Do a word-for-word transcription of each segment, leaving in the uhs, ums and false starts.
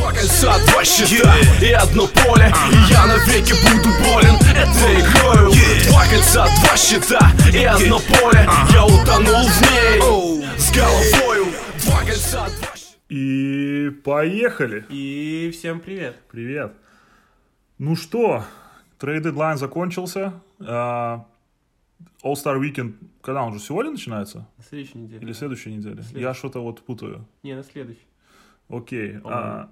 Два кольца, два щита и одно поле, и я навеки буду болен этой игрою. Два кольца, два щита и одно поле, я утонул в ней с головою. Два кольца, два щита. И поехали. И всем привет. Привет. Ну что, трейд-дедлайн закончился. Uh, All-Star Weekend, когда он же сегодня начинается? На следующей неделе. Или следующей неделе? Следующей. Я что-то вот путаю. Не, на следующей. Окей. А...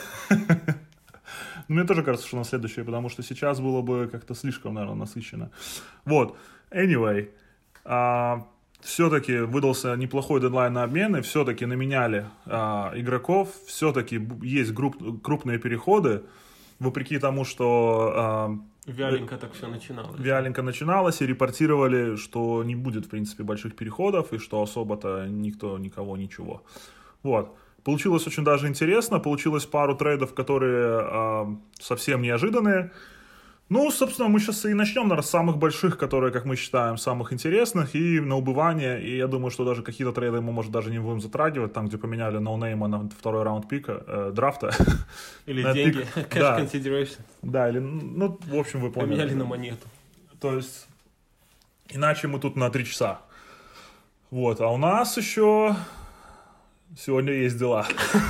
Мне тоже кажется, что на следующее, потому что сейчас было бы как-то слишком, наверное, насыщенно. Вот. Anyway. А... Все-таки выдался неплохой дедлайн на обмены, все-таки наменяли а, игроков, все-таки есть групп, крупные переходы, вопреки тому, что... А, Вяленько так все начиналось. Вяленько начиналось, и репортировали, что не будет, в принципе, больших переходов, и что особо-то никто, никого, ничего. Вот. Получилось очень даже интересно, получилось пару трейдов, которые а, совсем неожиданные. Ну, собственно, мы сейчас и начнем, наверное, с самых больших, которые, как мы считаем, самых интересных, и на убывание, и я думаю, что даже какие-то трейды мы, может, даже не будем затрагивать, там, где поменяли ноунейма на второй раунд пика, э, драфта. Или деньги, cash да. consideration. Да, или, ну, в общем, вы поняли. Поменяли на монету. То есть, иначе мы тут на три часа. Вот, а у нас еще сегодня есть дела.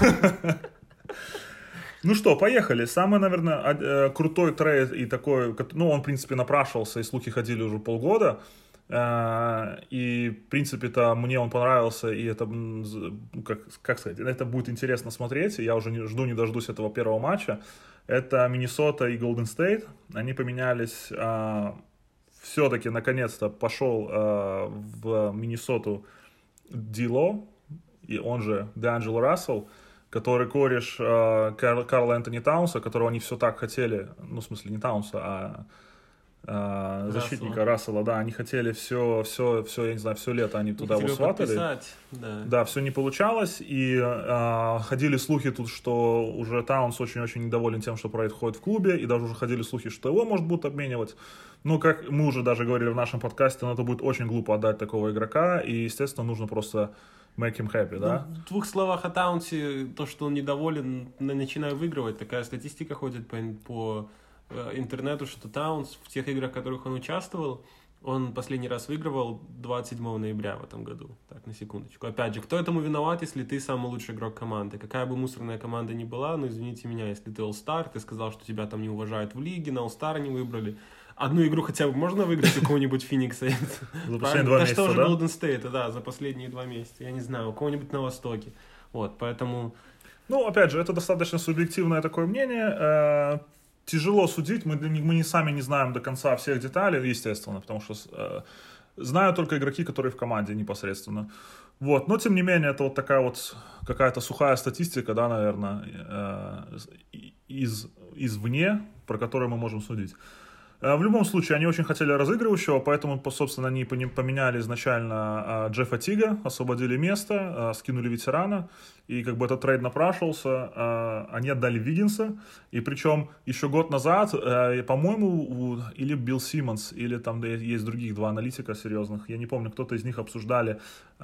Ну что, поехали. Самый, наверное, крутой трейд и такой, ну, он, в принципе, напрашивался, и слухи ходили уже полгода. И, в принципе-то, мне он понравился, и это, как, как сказать, это будет интересно смотреть. Я уже не, жду, не дождусь этого первого матча. Это Миннесота и Голден Стейт. Они поменялись. Все-таки, наконец-то, пошел в Миннесоту Ди-Ло, и он же D'Angelo Russell, который кореш э, Карл, Карла Энтони Таунса, которого они все так хотели, ну, в смысле, не Таунса, а э, защитника Рассела, да, они хотели все, все, все, я не знаю, все лето они туда его сватали. Да. да, все не получалось, и э, ходили слухи тут, что уже Таунс очень-очень недоволен тем, что происходит в клубе, и даже уже ходили слухи, что его, может, будут обменивать. Ну, как мы уже даже говорили в нашем подкасте, но это будет очень глупо отдать такого игрока, и, естественно, нужно просто make him happy, да? Ну, в двух словах о Таунсе, то, что он недоволен, начинаю выигрывать. Такая статистика ходит по, по э, интернету, что Таунс в тех играх, в которых он участвовал, он последний раз выигрывал двадцать седьмого ноября в этом году. Так, на секундочку. Опять же, кто этому виноват, если ты самый лучший игрок команды? Какая бы мусорная команда ни была, ну, извините меня, если ты All-Star, ты сказал, что тебя там не уважают в лиге, на All-Star не выбрали. Одну игру хотя бы можно выиграть у кого-нибудь Феникса? За последние два месяца, да? что же да? Golden State, да, за последние два месяца. Я не знаю, у кого-нибудь на Востоке. Вот, поэтому... Ну, опять же, это достаточно субъективное такое мнение. Тяжело судить, мы, мы не сами не знаем до конца всех деталей, естественно, потому что э, знают только игроки, которые в команде непосредственно. Вот, но тем не менее, это вот такая вот какая-то сухая статистика, да, наверное, э, из, извне, про которую мы можем судить. В любом случае, они очень хотели разыгрывающего, поэтому, собственно, они поменяли изначально Джеффа Тига, освободили место, скинули ветерана, и как бы этот трейд напрашивался, они отдали Виггинса, и причем еще год назад, по-моему, или Билл Симмонс, или там есть других два аналитика серьезных, я не помню, кто-то из них обсуждали,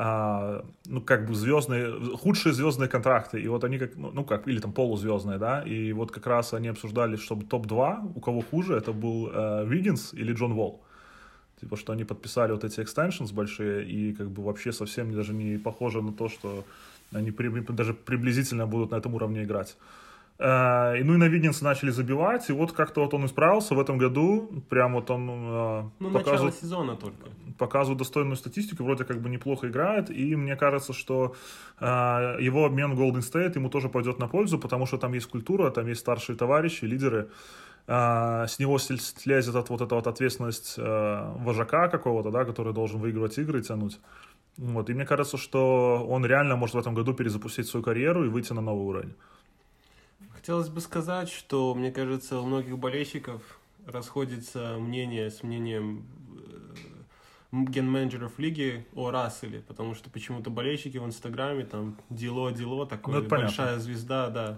ну, как бы звездные, худшие звездные контракты, и вот они как, ну, как, или там полузвездные, да, и вот как раз они обсуждали, чтобы топ-два, у кого хуже, это был Виггинс или Джон Волл. Типа, что они подписали вот эти экстеншнс большие, и как бы вообще совсем даже не похоже на то, что они при, даже приблизительно будут на этом уровне играть. Uh, и, ну и на Виггинса начали забивать, и вот как-то вот он исправился в этом году, прям вот он uh, ну, показывает, начало сезона только. показывает достойную статистику, вроде как бы неплохо играет, и мне кажется, что uh, его обмен в Golden State ему тоже пойдет на пользу, потому что там есть культура, там есть старшие товарищи, лидеры, uh, с него слезет от, вот эта вот ответственность uh, вожака какого-то, да, который должен выигрывать игры и тянуть. Вот, и мне кажется, что он реально может в этом году перезапустить свою карьеру и выйти на новый уровень. Хотелось бы сказать, что, мне кажется, у многих болельщиков расходится мнение с мнением ген-менеджеров лиги о Расселе, потому что почему-то болельщики в Инстаграме, там, Дило-Дило, такой, ну, большая понятно. звезда, да.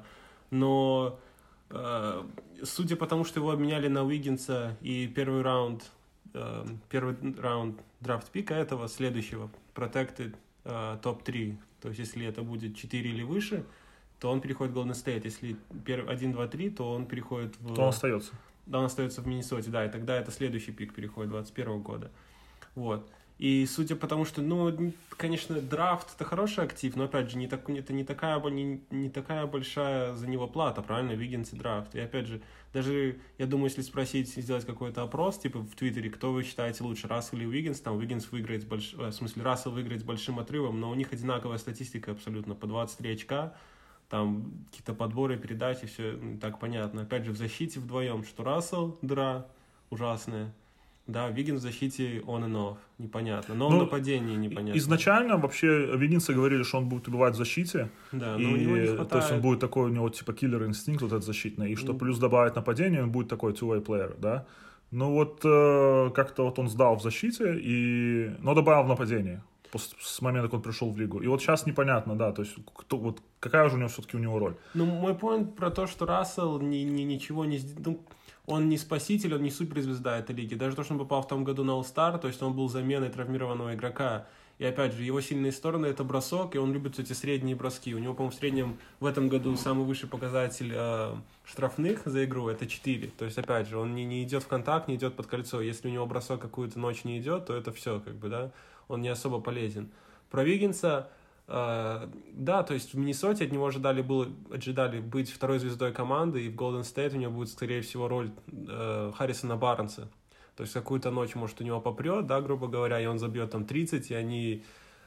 Но э, судя по тому, что его обменяли на Уиггинса и первый раунд, э, первый раунд драфт-пика этого, следующего, Protected э, топ три, то есть если это будет четыре или выше, то он переходит в Golden State. Если один, два, три, то он переходит в... То он остается. Да, он остается в Миннесоте, да, и тогда это следующий пик переходит двадцать первого года. Вот. И судя по тому, что, ну, конечно, драфт — это хороший актив, но, опять же, не так, это не такая, не, не такая большая за него плата, правильно, Виггинс и драфт. И, опять же, даже, я думаю, если спросить, сделать какой-то опрос, типа, в Твиттере, кто вы считаете лучше, Рассел или Виггинс, там, Виггинс выиграет с большим, в смысле, Рассел выиграет с большим отрывом, но у них одинаковая статистика абсолютно, по двадцать три очка, там, какие-то подборы, передачи, все так понятно. Опять же, в защите вдвоем, что Рассел, дыра ужасная, да, Виггинс в защите on and off, непонятно. Но ну, в нападении непонятно. Изначально вообще Виггинса говорили, что он будет убивать в защите. Да, и, но у него не хватает. То есть он будет такой, у него типа киллер-инстинкт вот этот защитный. И что mm. плюс добавить нападение, он будет такой two-way player, да. Ну вот э, как-то вот он сдал в защите, и... но добавил в нападении с момента, как он пришел в лигу. И вот сейчас непонятно, да, то есть кто, вот, какая же у него все-таки у него роль. Ну, мой поинт про то, что Рассел ни, ни, ничего не... Ну, он не спаситель, он не суперзвезда этой лиги. Даже то, что он попал в том году на All-Star, то есть он был заменой травмированного игрока. И опять же, его сильные стороны — это бросок, и он любит эти средние броски. У него, по-моему, в среднем в этом году самый высший показатель э, штрафных за игру — это четыре. То есть, опять же, он не, не идет в контакт, не идет под кольцо. Если у него бросок какую-то ночь не идет, то это все, как бы, да, он не особо полезен. Про Виггинса, э, да, то есть в Миннесоте от него ожидали, было, ожидали быть второй звездой команды, и в Golden State у него будет, скорее всего, роль э, Харрисона Барнса. То есть какую-то ночь, может, у него попрет, да, грубо говоря, и он забьет там тридцать, и они,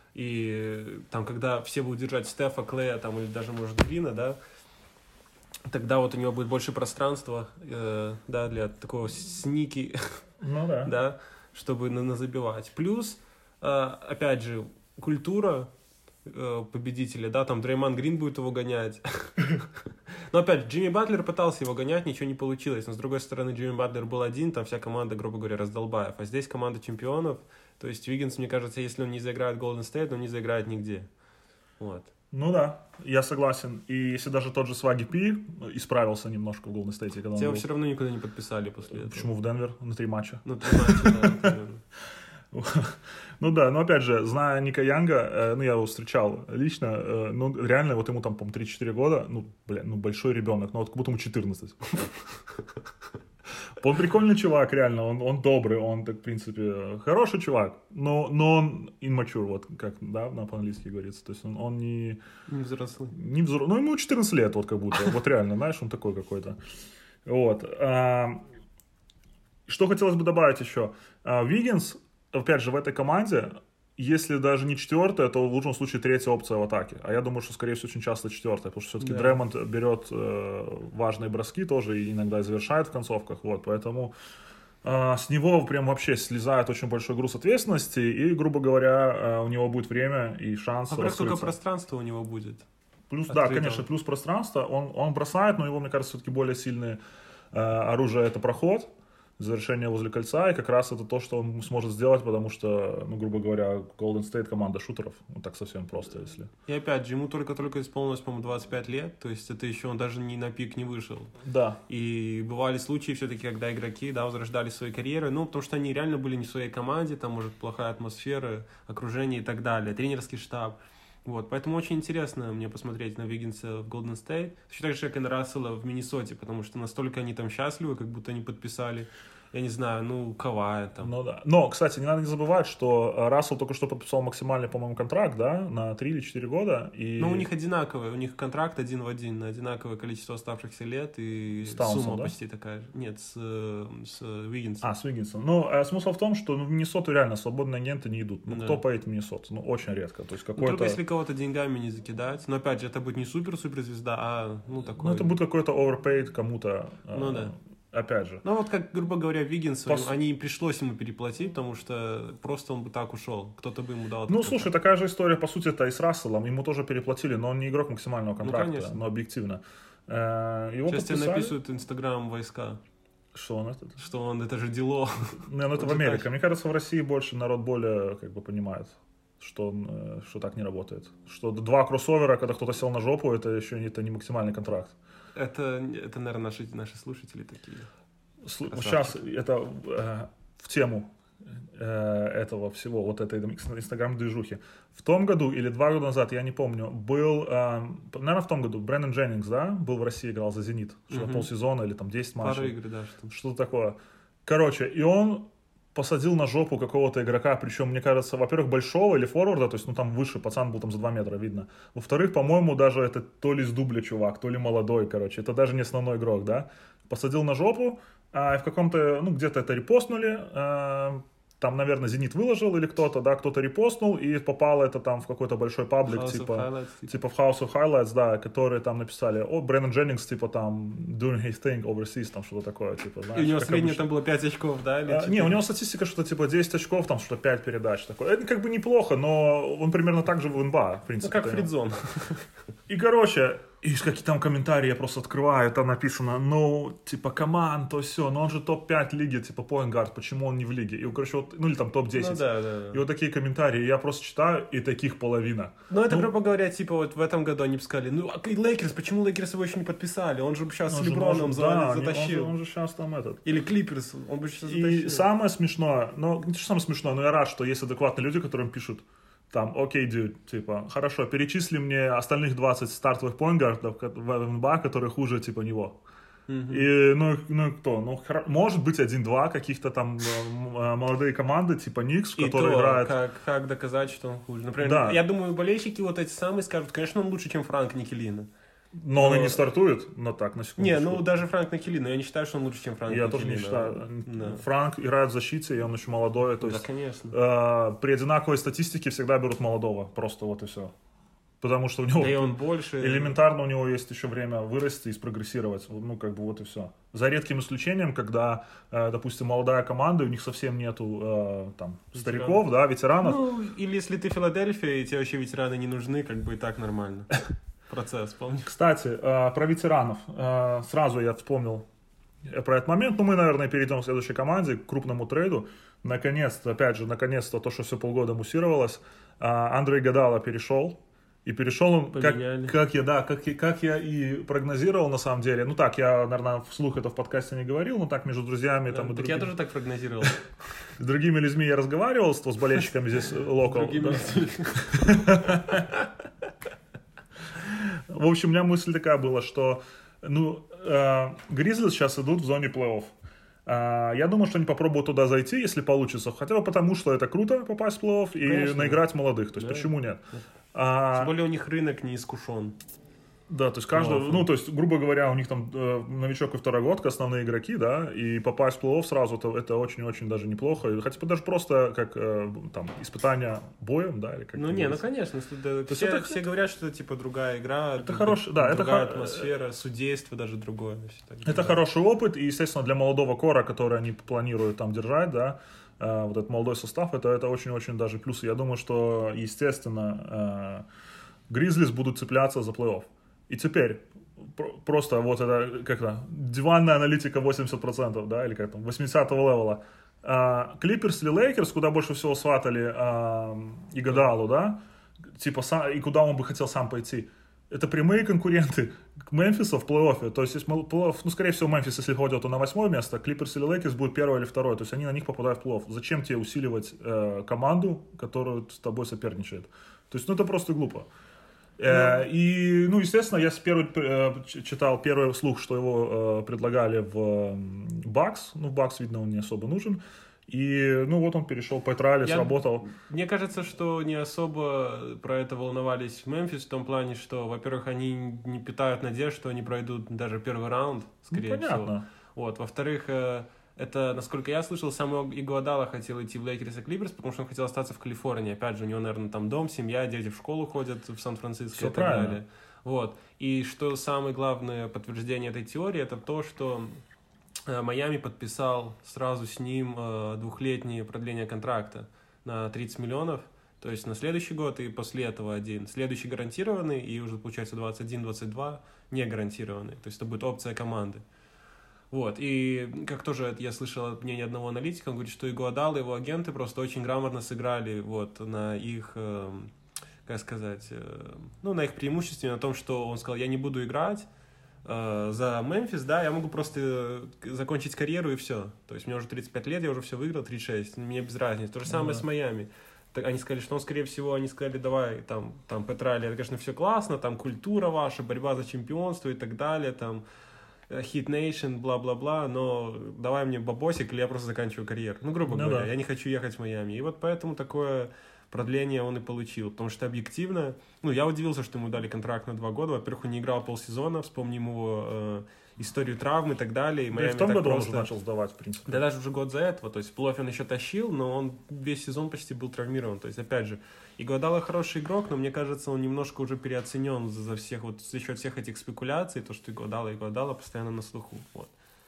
и там, когда все будут держать Стефа, Клея, там, или даже, может, Грина, да, тогда вот у него будет больше пространства, э, да, для такого сники, ну, да. да, чтобы на, на забивать. Плюс, э, опять же, культура э, победителя, да, там Дреймонд Грин будет его гонять. Но опять, Джимми Батлер пытался его гонять, ничего не получилось. Но с другой стороны, Джимми Батлер был один, там вся команда, грубо говоря, раздолбаев. А здесь команда чемпионов. То есть Виггинс, мне кажется, если он не заиграет в Golden State, он не заиграет нигде. Вот. Ну да, я согласен. И если даже тот же Сваги Пи исправился немножко в Golden State, когда он Тебя был... все равно никуда не подписали после этого. Почему в Денвер на три матча? На три матча, да. Ну да, но опять же, зная Ника Янга, ну я его встречал лично, ну реально вот ему там, по-моему, три-четыре года, ну, блин, ну большой ребенок, но вот как будто ему четырнадцать. Он прикольный чувак, реально, он, он добрый, он, так, в принципе, хороший чувак, но, но он immature, вот как, да, по-английски говорится, то есть он, он не... Не взрослый. Не взрослый, ну ему четырнадцать лет, вот как будто, вот реально, знаешь, он такой какой-то. Вот. Что хотелось бы добавить еще? Виггинс, опять же, в этой команде, если даже не четвертая, то в лучшем случае третья опция в атаке. А я думаю, что, скорее всего, очень часто четвертая, потому что все-таки да. Дреймонд берет э, важные броски тоже и иногда завершает в концовках. Вот, поэтому э, с него прям вообще слезает очень большой груз ответственности, и, грубо говоря, э, у него будет время и шанс раскрыться. А сколько пространства у него будет? Плюс, да, конечно, плюс пространство. Он, он бросает, но его, мне кажется, все-таки более сильное э, оружие — это проход, завершение возле кольца, и как раз это то, что он сможет сделать, потому что, ну, грубо говоря, Golden State команда шутеров, ну, так совсем просто, если... И опять же, ему только-только исполнилось, по-моему, двадцать пять лет, то есть это еще он даже не на пик не вышел. Да. И бывали случаи все-таки, когда игроки, да, возрождали свои карьеры, ну, потому что они реально были не в своей команде, там, может, плохая атмосфера, окружение и так далее, тренерский штаб. Вот, поэтому очень интересно мне посмотреть на Виггинса в Golden State. Точно так же, как и на Рассела в Миннесоте, потому что настолько они там счастливы, как будто они подписали, я не знаю, ну, Кавая там. Ну да. Но, кстати, не надо не забывать, что Рассел только что подписал максимальный, по-моему, контракт, да, на три или четыре года. И... Ну, у них одинаковый, у них контракт один в один, на одинаковое количество оставшихся лет, и с Таунсом, сумма да? почти такая же. Нет, с, с Виггинсом. А, с Виггинсом. Ну, а смысл в том, что ну, в Миннесоту реально свободные агенты не идут. Ну, да. Кто поедет в Миннесоту? Ну, очень редко. То есть какой-то... Ну, только если кого-то деньгами не закидать. Но, опять же, это будет не супер-суперзвезда, а, ну, такой... Ну, это будет какой-то overpaid кому-то. Ну, да. Опять же. Ну, вот как, грубо говоря, Виггинсу, Пос... они пришлось ему переплатить, потому что просто он бы так ушел. Кто-то бы ему дал... Ну, слушай, контракт. Такая же история, по сути, это и с Расселом. Ему тоже переплатили, но он не игрок максимального контракта, ну, но объективно. Его Сейчас подписали... тебе написывают Инстаграм войска. Что он это? Что он, это же дело. Не, ну это в Америке. Мне кажется, в России больше народ более, как бы, понимает, что, что так не работает. Что два кроссовера, когда кто-то сел на жопу, это еще не, это не максимальный контракт. Это, это наверное, наши, наши слушатели такие. Слу- сейчас это э, в тему. э, этого всего, вот этой инстаграм-движухи. В том году или два года назад, я не помню, был, э, наверное, в том году Брэндон Дженнингс, да, был в России, играл за «Зенит», что Мгм. полсезона или там десять матчей. Пара игр, да, что. Что-то такое. Короче, и он посадил на жопу какого-то игрока, причем, мне кажется, во-первых, большого или форварда, то есть, ну, там выше, пацан был там за два метра, видно. Во-вторых, по-моему, даже это то ли с дубля чувак, то ли молодой, короче, это даже не основной игрок, да. Посадил на жопу, а в каком-то, ну, где-то это репостнули, а, там, наверное, «Зенит» выложил или кто-то, да, кто-то репостнул, и попало это там в какой-то большой паблик, House of типа, Highlights, типа. типа в House of Highlights, да, которые там написали, о, Брэндон Дженнингс, типа, там, doing his thing overseas, там, что-то такое, типа, знаешь. И у него как среднее обычно. там было пять очков, да? Или А, четыре? не, у него статистика что-то типа десять очков, там что-то пять передач. Такое. Это как бы неплохо, но он примерно так же в эн бэ а, в Ну, принципе. как да. фридзон. И, короче, и какие там комментарии я просто открываю, там написано, ну, типа, команд, то все, но он же топ пять лиги, типа, поинтгард, почему он не в лиге? И, короче, вот, ну, или там топ десять. Ну, да, да, да. И вот такие комментарии я просто читаю, и таких половина. Ну, это, Ну, грубо говоря, типа, вот в этом году они бы сказали, ну, а Лейкерс, почему Лейкерс его еще не подписали? Он же сейчас он с же Леброном может- за- да, затащил. Он же, сейчас там этот. Или Клиперс, он бы сейчас И затащил. самое смешное, ну, не то, что самое смешное, но я рад, что есть адекватные люди, которым пишут, там, окей, dude, типа, хорошо, перечисли мне остальных двадцать стартовых поинтгардов в эн бэ а, которые хуже, типа, него. Мгм. И, ну, ну, и кто? Ну, хор- может быть, один-два каких-то там э, м- э, молодые команды, типа Никс, И которые то, играют... как, как доказать, что он хуже. Например, Да. я думаю, болельщики вот эти самые скажут, конечно, он лучше, чем Франк Никелина. Но он и но- не стартует, но так, на секунду. Не, ну даже Франк Никелина, я не считаю, что он лучше, чем Франк Я Никелина. тоже не считаю. Да. Франк играет в защите, и он еще молодой, то Да, есть... конечно. э, при одинаковой статистике всегда берут молодого, просто вот и все. Потому что у него... Да и он больше. Элементарно у него есть еще время вырасти и спрогрессировать. Ну, как бы вот и все. За редким исключением, когда, э, допустим, молодая команда, у них совсем нету э, там стариков, да, ветеранов. Ну, или если ты Филадельфия, и тебе вообще ветераны не нужны, как бы и так нормально. Процесс, помнишь? Кстати, э, про ветеранов. Э, сразу я вспомнил про этот момент. Ну, мы, наверное, перейдем к следующей команде, к крупному трейду. Наконец-то, опять же, наконец-то, то, что все полгода муссировалось. Э, Андрей Гадало перешел. И перешел он, как, Поменяли. как я, да, как, я- как я и прогнозировал, на самом деле. Ну так, я, наверное, вслух это в подкасте не говорил, но так между друзьями там, и Так другими, я тоже так прогнозировал. с другими людьми я разговаривал, с, с болельщиками здесь локал. Другими да. людьми. В общем, у меня мысль такая была, что ну, э, Гризлис сейчас идут в зоне плей-офф. Э, я думаю, что они попробуют туда зайти, если получится. Хотя бы потому, что это круто попасть в плей-офф и Конечно. наиграть молодых. То есть, Да. почему нет? А, Тем более у них рынок не искушен. Да, то есть каждый, Плей-офф. ну, то есть, грубо говоря, у них там э, новичок и второгодка, основные игроки, да, и попасть в плей-офф сразу, это, это очень-очень даже неплохо. И хотя бы даже просто как э, там испытание боем, да, или как Ну это не, ну говорится. конечно, если да, есть все, это- все говорят, что это типа другая игра, Это друг- хорош- да, это другая хо- атмосфера, судейство даже другое. всё так Это далее. хороший опыт, и, естественно, для молодого кора, который они планируют там держать, да, э, вот этот молодой состав, это, это очень-очень даже плюс. Я думаю, что, естественно, э, Гризлис будут цепляться за плей-офф. И теперь про- просто вот это, как то диванная аналитика восемьдесят процентов, да, или как там, восьмидесятого левела. Клиперс или Лейкерс, куда больше всего сватали а, Игодалу, да, типа, са- и куда он бы хотел сам пойти. Это прямые конкуренты к Мемфису в плей-оффе. То есть, если плей-офф, ну, скорее всего, Мемфис, если ходит, то на восьмое место, Клиперс или Лейкерс будет первое или второе. То есть, они на них попадают в плей-офф. Зачем тебе усиливать э, команду, которая с тобой соперничает? То есть, ну, это просто глупо. Э, и, ну, естественно, я с первый, э, ч- читал первый слух, что его э, предлагали в Бакс. Ну, в Бакс, видно, он не особо нужен. И, ну, вот он перешел, Петрали, Я- сработал. Мне кажется, что не особо про это волновались в Мемфис, в том плане, что, во-первых, они не питают надежд, что они пройдут даже первый раунд, скорее Ну, понятно. всего. Вот. Во-вторых, э, это, насколько я слышал, сам Игуадала хотел идти в Лейкерс и Клиперс, потому что он хотел остаться в Калифорнии. Опять же, у него, наверное, там дом, семья, дети в школу ходят в Сан-Франциско Всё и так правильно. далее. Вот. И что самое главное подтверждение этой теории, это то, что э, Майами подписал сразу с ним э, двухлетнее продление контракта на тридцать миллионов, то есть на следующий год и после этого один. Следующий гарантированный, и уже получается двадцать один двадцать два не гарантированный. То есть это будет опция команды. Вот, и как тоже я слышал от мнения одного аналитика, он говорит, что Игуадал и его агенты просто очень грамотно сыграли вот на их, эм, как сказать, э, ну, на их преимуществе, на том, что он сказал, я не буду играть, э, за Мемфис, да, я могу просто закончить карьеру и все. То есть мне уже тридцать пять лет, я уже все выиграл, тридцать шесть, мне без разницы. То же самое Да. с Майами. Так они сказали, что, он, скорее всего, они сказали, давай, там, там, Петрали, это, конечно, все классно, там, культура ваша, борьба за чемпионство и так далее, там, Hit Nation, бла-бла-бла, но давай мне бабосик, или я просто заканчиваю карьеру. Ну, грубо Ну, говоря, да. я не хочу ехать в Майами. И вот поэтому такое продление он и получил, потому что объективно, ну, я удивился, что ему дали контракт на два года. Во-первых, он не играл полсезона, вспомним его э, историю травм и так далее. И Да и Майами в том так году просто... он уже начал сдавать, в принципе. Да даже уже год за этого, то есть плей-офф он еще тащил, но он весь сезон почти был травмирован, то есть опять же, Игуадала хороший игрок, но мне кажется, он немножко уже переоценен за всех, вот за счет всех этих спекуляций, то, что Игуадала, Игуадала постоянно на слуху, вот.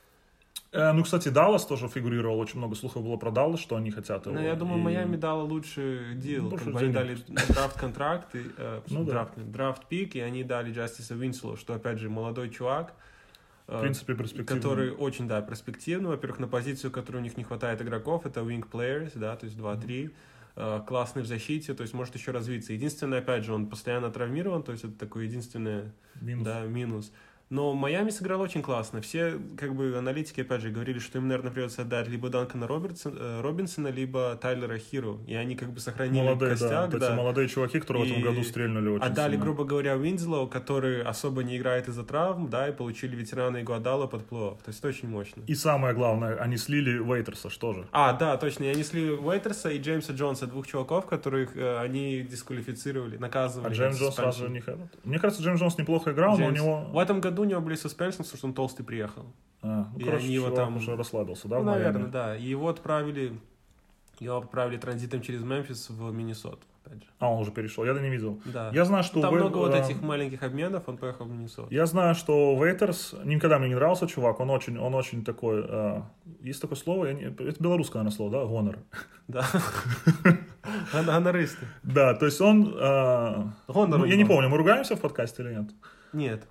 Э, ну, кстати, Даллас тоже фигурировал, очень много слухов было про Даллас, что они хотят его. Ну, я думаю, и... Майами дала лучший дил, Больше как бы они денег. дали драфт-контракт, и, э, Ну да. драфт, драфт-пик, и они дали Джастиса Винслоу, что, опять же, молодой чувак, В принципе, перспективный. который очень, да, перспективный. Во-первых, на позицию, которой у них не хватает игроков, это wing players, да, то есть два-три. Mm-hmm. Классный в защите, то есть может еще развиться. Единственное, опять же, он постоянно травмирован, то есть это такой единственный Минус. Да, минус. Но Майами сыграл очень классно. Все, как бы, аналитики, опять же, говорили, что им, наверное, придется отдать либо Данкана Робертсона, Робинсона, либо Тайлера Хиру. И они, как бы, сохранили Молодые, костяк. да. Вот да. эти молодые чуваки, которые И в этом году стрельнули очень отдали, сильно. грубо говоря, Уинзлоу, который особо не играет из-за травм, да, и получили ветерана Игуадала под плей-офф. То есть это очень мощно. И самое главное, они слили Вейтерса, что же? А, да, точно. И они слили Уэйтерса и Джеймса Джонса, двух чуваков, которых э, они дисквалифицировали, наказывали. А Джеймс Джонс сразу не хотел? Мне кажется, Джеймс Джонс неплохо играл, Джеймс... но у него... В этом году у него были суспеншн, потому что он толстый приехал. А, ну, И короче, они его чувак там- уже расслабился, да, Ну, в Майами? наверное, да. И его отправили, его отправили транзитом через Мемфис в Миннесоту, опять же. А, он уже перешел, я да не видел. Да. Я знаю, что... Там Вей- много вот а, этих маленьких обменов, он поехал в Миннесоту. Я знаю, что Вейтерс, никогда мне не нравился чувак, он очень, он очень такой, а, есть такое слово, я не- это белорусское, наверное, слово, да, гонор. Да. Гонористы. Да, то есть он, а, Гонор ну, он я не был. помню, мы ругаемся в подкасте или нет? Нет.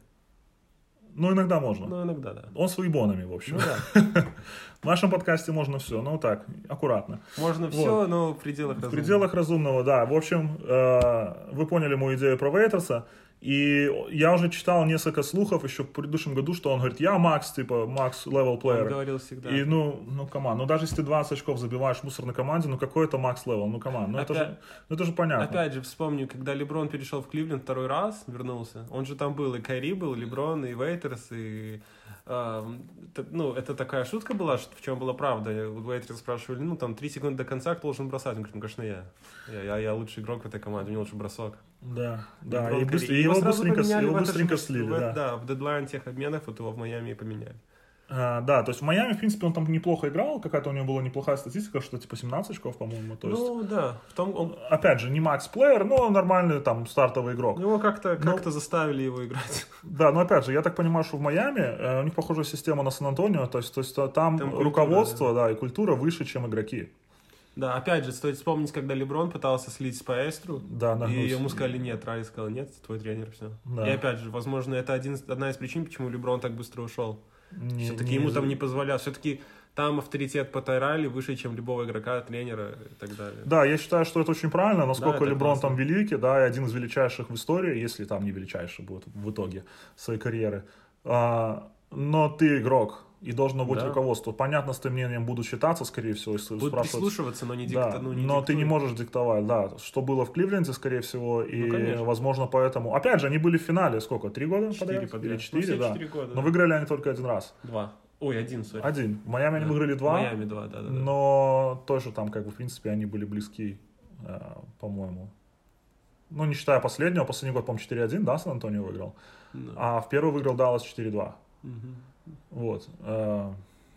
Ну, иногда можно. Ну, иногда, да. Он с уебонами, в общем. Ну да. В нашем подкасте можно все, ну так, аккуратно. Можно все, но в пределах В разумного. пределах разумного, да. В общем, э, вы поняли мою идею про Вейтерса. И я уже читал несколько слухов еще в предыдущем году, что он говорит, я Макс, типа, Макс левел Он плеер. говорил всегда. И ну, ну, команд. Ну, даже если ты двадцать очков забиваешь в мусорной команде, ну, какой это Макс левел? Ну, команд. Ну, это Опять- же, ну, это же понятно. Опять же, вспомню, когда Леброн перешел в Кливленд второй раз, вернулся, он же там был, и Кайри был, и Леброн, и Вейтерс, и... э, т- ну, это такая шутка была, что в чем была правда. У Вейтерса спрашивали, ну, там, три секунды до конца, кто должен бросать? Он говорит, ну, конечно, я. Я, я, я лучший игрок в этой команде, у него лучший бросок. Да, да. Леброн, И, Кайри. быстро- и его сразу быстренько, поменяли его в это же быстренько место, слили, в- да. Да, в дедлайн тех обменов вот его в Майами и поменяли. А, да, то есть в Майами, в принципе, он там неплохо играл, какая-то у него была неплохая статистика, что типа семнадцать очков, по-моему. То есть, Ну, да, в том, он, опять же, не макс-плеер, но нормальный там стартовый игрок. его как-то Ну, как заставили его играть. Да, но опять же, я так понимаю, что в Майами э, у них похожая система на Сан-Антонио, то есть, то есть э, там, Там культура, руководство, да. и культура выше, чем игроки. Да, опять же, стоит вспомнить, когда Леброн пытался слить с Паэстру, Да, и нагнулся. ему сказали нет, Райли сказал нет, твой тренер, все. Да. И опять же, возможно, это один, одна из причин, почему Леброн так быстро ушел. Не- Все-таки не ему из- там не позволял. Все-таки там авторитет по Тайрайли выше, чем любого игрока, тренера и так далее. Да, я считаю, что это очень правильно, насколько Да, это Леброн классно. там великий, да, и один из величайших в истории, если там не величайший будет в итоге своей карьеры. А, но ты игрок, и должно быть Да. руководство. Понятно, с твоим мнением будут считаться, скорее всего, если Будут спрашивать. прислушиваться, но не, Да, дикта, ну, не но ты не диктуют. можешь диктовать, да, что было в Кливленде, скорее всего, и, Ну, конечно. возможно, поэтому... Опять же, они были в финале, сколько, три года Четыре подряд? подряд. Или четыре, Ну, все да. четыре года. Но выиграли они только один раз. Два. Ой, один, сори. Один. В Майами они Да. выиграли два, В Майами два, да, да. да. но тоже там, как бы, в принципе, они были близки, э, по-моему. Ну, не считая последнего, последний год, по-моему, четыре один, да, Сан-Антонио выиграл. Да. А в первый выиграл Даллас четыре два. Мгм. Вот. Э,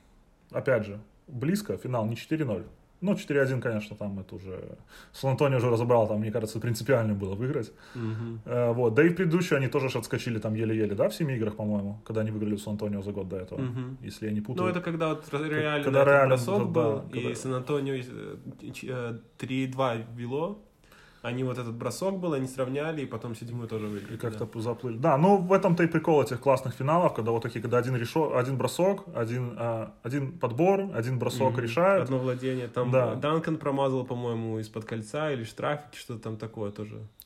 опять же, близко, финал не четыре ноль. Ну, четыре один, конечно, там это уже... Сан-Антонио уже разобрал, там, мне кажется, принципиально было выиграть. Мгм. Э, вот. Да и в предыдущие они тоже ж отскочили там еле-еле, да, в семи играх, по-моему, когда они выиграли у Сан-Антонио за год до этого, Мгм. если я не путаю. Ну, это когда вот реально когда этот реально, бросок да, был, когда- и Сан-Антонио э, ч- э, три два вело, они вот этот бросок был, они сравняли, и потом седьмую тоже выиграли. И как-то да. заплыли. Да, ну в этом-то и прикол этих классных финалов, когда вот такие, когда один, решо, один бросок, один, а, один подбор, один бросок Мгм. решает. Одно владение. Там Да. Данкан промазал, по-моему, из-под кольца или штрафики, что-то там такое тоже.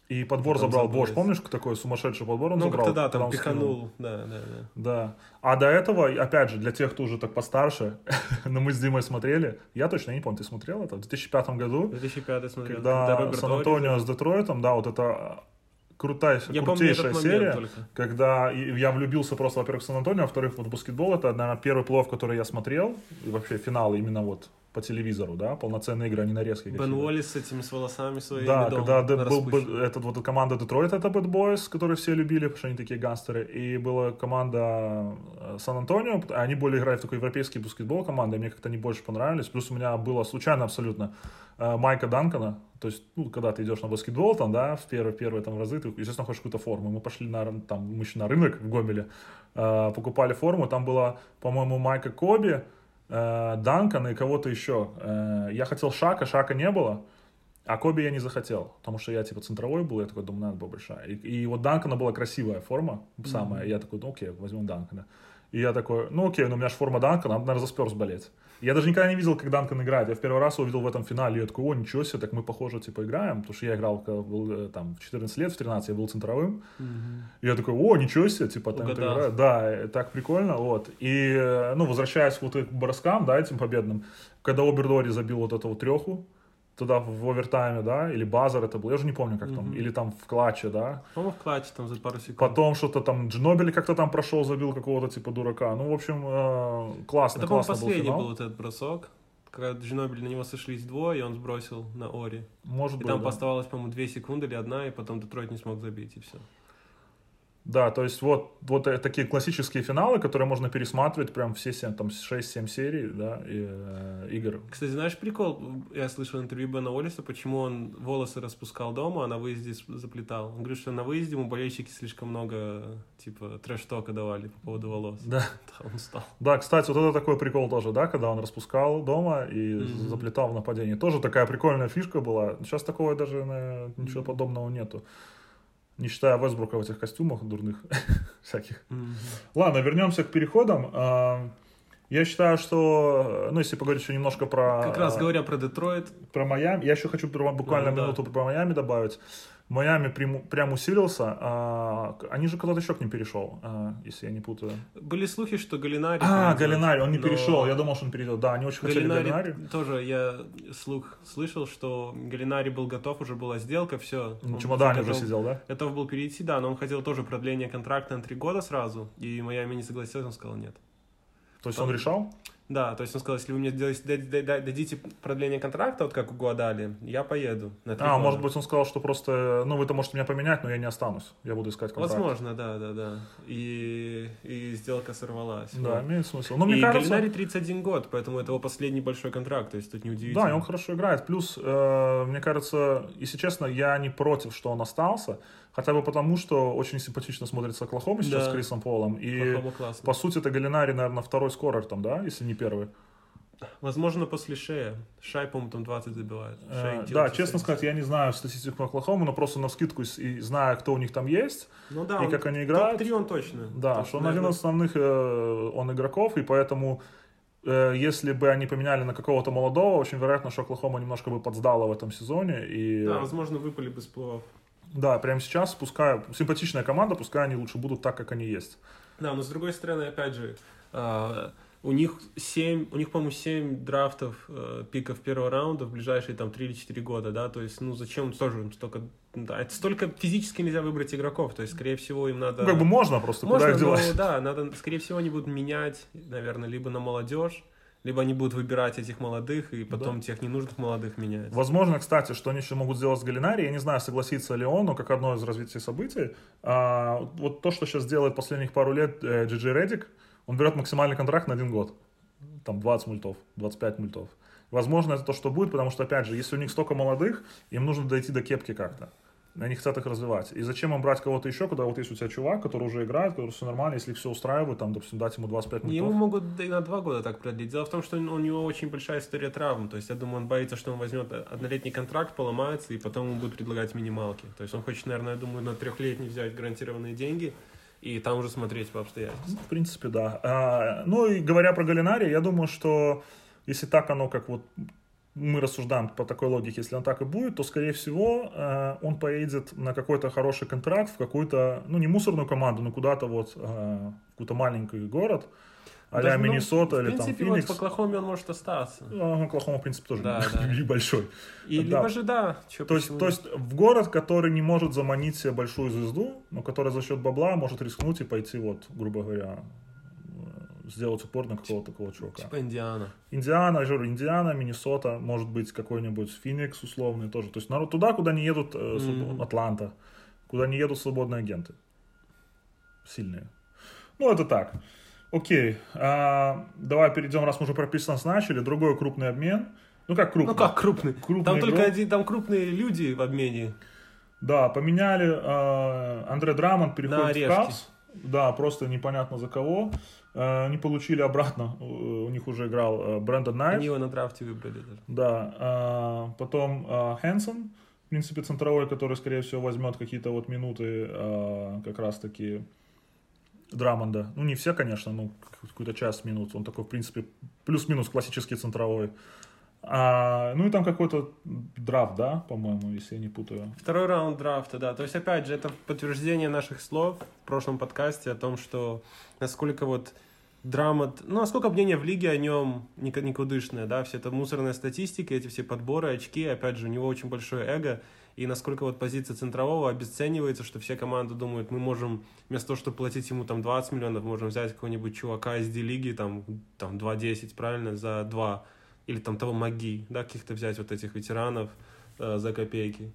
И подбор Потом забрал забрались. Бош, помнишь, такой сумасшедший подбор он Ну, забрал? как-то да, когда там он скинул? пиханул, да, да, да. Да. А до этого, опять же, для тех, кто уже так постарше, но мы с Димой смотрели, я точно не помню, ты смотрел это? В две тысячи пятом году, В две тысячи пятом смотрел. когда Роберт Сан-Антонио Ори- с Детройтом, да, вот это крутая, Я помню крутейшая этот момент серия, только. когда и- я влюбился просто, во-первых, в Сан-Антонио, а во-вторых, вот баскетбол, это, наверное, первый плей-офф, который я смотрел, и вообще финалы именно вот по телевизору, да, полноценные игры, а не нарезки Бен какие-то. Уоллес с этими с волосами своими. Да, дома когда де- был распущенными. б- этот, вот эта команда Детройт, это Bad Boys, которые все любили, потому что они такие гангстеры, и была команда э, Сан-Антонио, они более играли в такой европейский баскетбол команды, и мне как-то они больше понравились, плюс у меня было случайно абсолютно э, Майка Данкана, то есть, ну, когда ты идешь на баскетбол, там, да, в первые, первые там разы, ты, естественно, хочешь какую-то форму, мы пошли на, рын- там, мы еще на рынок в Гомеле, э, покупали форму, там была, по-моему, Майка Коби, э, Данкан и кого-то еще. Э, я хотел Шака, Шака не было, а Коби я не захотел, потому что я типа центровой был, я такой, думаю, надо была большая. И, и вот Данкана была красивая форма, самая, mm-hmm. я такой, ну окей, возьмем Данкана. И я такой, ну окей, ну у меня же форма Данкана, надо, наверное, за Спёрс болеть. Я даже никогда не видел, как Данкан играет. Я в первый раз увидел в этом финале, и я такой, о, ничего себе, так мы, похоже, типа, играем. Потому что я играл, когда был, там, в четырнадцать лет, в тринадцать я был центровым. Мгм. И я такой, о, ничего себе, типа, там это Угадал. играет. Да, э, так прикольно, вот. И, э, ну, возвращаясь вот к броскам, да, этим победным, когда Обердори забил вот эту вот треху, туда в овертайме, да, или базар это был, я уже не помню, как там, Мгм. или там в клатче, да. По-моему, в клатче там за пару секунд. Потом что-то там, Джинобили как-то там прошел, забил какого-то типа дурака. Ну, в общем, э, классно, Это, по-моему, классно был последний финал. был вот этот бросок, когда Джинобили на него сошлись двое, и он сбросил на Ори. Может И быть, там да. оставалось, по-моему, две секунды или одна, и потом Детройт не смог забить, и все. Да, то есть вот, вот э, такие классические финалы, которые можно пересматривать прям все семь, там шесть-семь серий, да, и, э, игр. Кстати, знаешь прикол? Я слышал интервью Бена Уоллеса, почему он волосы распускал дома, а на выезде с- заплетал. Он говорит, что на выезде ему болельщики слишком много, типа, трэш-тока давали по поводу волос. Да. Да, он устал. Да, кстати, вот это такой прикол тоже, да, когда он распускал дома и Мгм. заплетал в нападении. Тоже такая прикольная фишка была. Сейчас такого даже наверное, ничего подобного нету. Не считая Вестбрука в этих костюмах дурных всяких. Мгм. Ладно, вернемся к переходам. А, Я считаю, что, ну, если поговорить еще немножко про... Как раз а, говоря про Детройт, про Майами. Я еще хочу про- буквально Ну, да. минуту про Майами добавить. Майами прям, прям усилился. А, они же кто-то еще к ним перешел, а, если я не путаю. были слухи, что Галинари... А, перейдет, Галинари, он не но перешел. Я думал, что он перейдет. Да, они очень хотели Галинари Галинари. тоже, я слух слышал, что Галинари был готов, уже была сделка, все. На чемодане уже сидел, да? Готов был перейти, да, но он хотел тоже продление контракта на три года сразу, и Майами не согласился, он сказал нет. То есть он решал? Да, то есть он сказал, если вы мне сделаете- дади- дади- дадите продление контракта, вот как у Гуадали, я поеду на три А, года. может быть, он сказал, что просто, ну, вы-то можете меня поменять, но я не останусь. Я буду искать контракт. Возможно, да, да, да. И, и сделка сорвалась. Да, Вот. имеет смысл. Но мне и кажется... Галинари тридцать один год, поэтому это его последний большой контракт, то есть тут неудивительно. Да, и он хорошо играет. Плюс, э, мне кажется, если честно, я не против, что он остался. Хотя бы потому, что очень симпатично смотрится Оклахома сейчас Да. с Крисом Полом. И, Оклахома классно. по сути, это Галинари, наверное, второй скорер там, да, если не первый. Возможно, после Шея. Шай, по-моему, там двадцать забивает. Э, Шей да, делает честно семьдесят. сказать, я не знаю статистику Оклахомы, но просто навскидку, с- и зная, кто у них там есть, Ну да, и он как они играют. топ-три он точно. Да, То есть, что он один наверное, из основных э, он игроков, и поэтому, э, если бы они поменяли на какого-то молодого, очень вероятно, что Оклахома немножко бы подсдала в этом сезоне. И, Да, возможно, выпали бы с плей-офф. да, прямо сейчас, пускай, симпатичная команда, пускай они лучше будут так, как они есть. Да, но с другой стороны, опять же, а, у них семь, у них, по-моему, семь драфтов э, пиков первого раунда в ближайшие там три или четыре года, да, то есть, ну, зачем тоже им столько, да, это столько физически нельзя выбрать игроков, то есть, скорее всего, им надо... Ну, как бы можно просто, Можно, куда их но, девать. да, надо, скорее всего, они будут менять, наверное, либо на молодежь, либо они будут выбирать этих молодых, и потом Да. тех ненужных молодых менять. Возможно, кстати, что они еще могут сделать с Галинари, я не знаю, согласится ли он, но как одно из развития событий, а, вот то, что сейчас делает последних пару лет э, Джей Джей Реддик, он берет максимальный контракт на один год, там двадцать мультов, двадцать пять мультов. Возможно, это то, что будет, потому что, опять же, если у них столько молодых, им нужно дойти до кепки как-то. Они хотят их развивать. И зачем им брать кого-то еще, когда вот есть у тебя чувак, который уже играет, который все нормально, если их все устраивает, там, допустим, дать ему двадцать пять мультов. Ему могут да и на два года так продлить. Дело в том, что у него очень большая история травм. То есть, я думаю, он боится, что он возьмет однолетний контракт, поломается, и потом ему будут предлагать минималки. То есть, он хочет, наверное, я думаю, на трехлетний взять гарантированные деньги, и там уже смотреть по обстоятельствам. В принципе, да. А, ну и говоря про Галинари, я думаю, что если так оно как вот мы рассуждаем по такой логике, если он так и будет, то, скорее всего, э, он поедет на какой-то хороший контракт в какую-то, ну, не мусорную команду, но куда-то вот, э, в какой-то маленький город, а-ля Даже, ну, Миннесота в или там принципе, Феникс. вот в Оклахоме он может остаться. Ну, Оклахома, в принципе, тоже Да, да. небольшой. И Да. либо же, да. чё, То есть, почему то нет? есть в город, который не может заманить себе большую звезду, но который за счет бабла может рискнуть и пойти, вот, грубо говоря, э, сделать упор на какого-то такого чувака. Типа Индиана. Индиана, я же говорю, Индиана, Миннесота, может быть, какой-нибудь Феникс условный тоже. То есть народ туда, куда не едут, э, своб- Мгм. Атланта, куда не едут свободные агенты. Сильные. Ну, это так. Окей. А, давай перейдем, раз мы уже про Pistons начали. Другой крупный обмен. Ну, как крупный? Ну как крупный? Крупный Там только игрок. один, там крупные люди в обмене. Да, поменяли. э, Андре Драмонд переходит в орешки. Кавс. Да, просто непонятно за кого. Э, они получили обратно. э, У них уже играл э, Брэндон Найт. Они его на драфте выбрали даже. Да. э, потом э, Хэнсон. В принципе, центровой, который, скорее всего, возьмет какие-то вот минуты э, как раз-таки Драмонда. Ну, не все, конечно, но какую-то часть минут. Он такой, в принципе, плюс-минус классический центровой. А, ну и там какой-то драфт, да, по-моему, если я не путаю. Второй раунд драфта, да. То есть, опять же, это подтверждение наших слов в прошлом подкасте о том, что насколько вот Драмонд, ну, насколько мнение в лиге о нем ник- никудышное, да, все это мусорная статистика, эти все подборы, очки, опять же, у него очень большое эго, и насколько вот позиция центрового обесценивается, что все команды думают, мы можем, вместо того, чтобы платить ему там двадцать миллионов, можем взять какого-нибудь чувака из D-лиги, там, там два десять, правильно, за два, или там того Маги, да, каких-то взять вот этих ветеранов э, за копейки.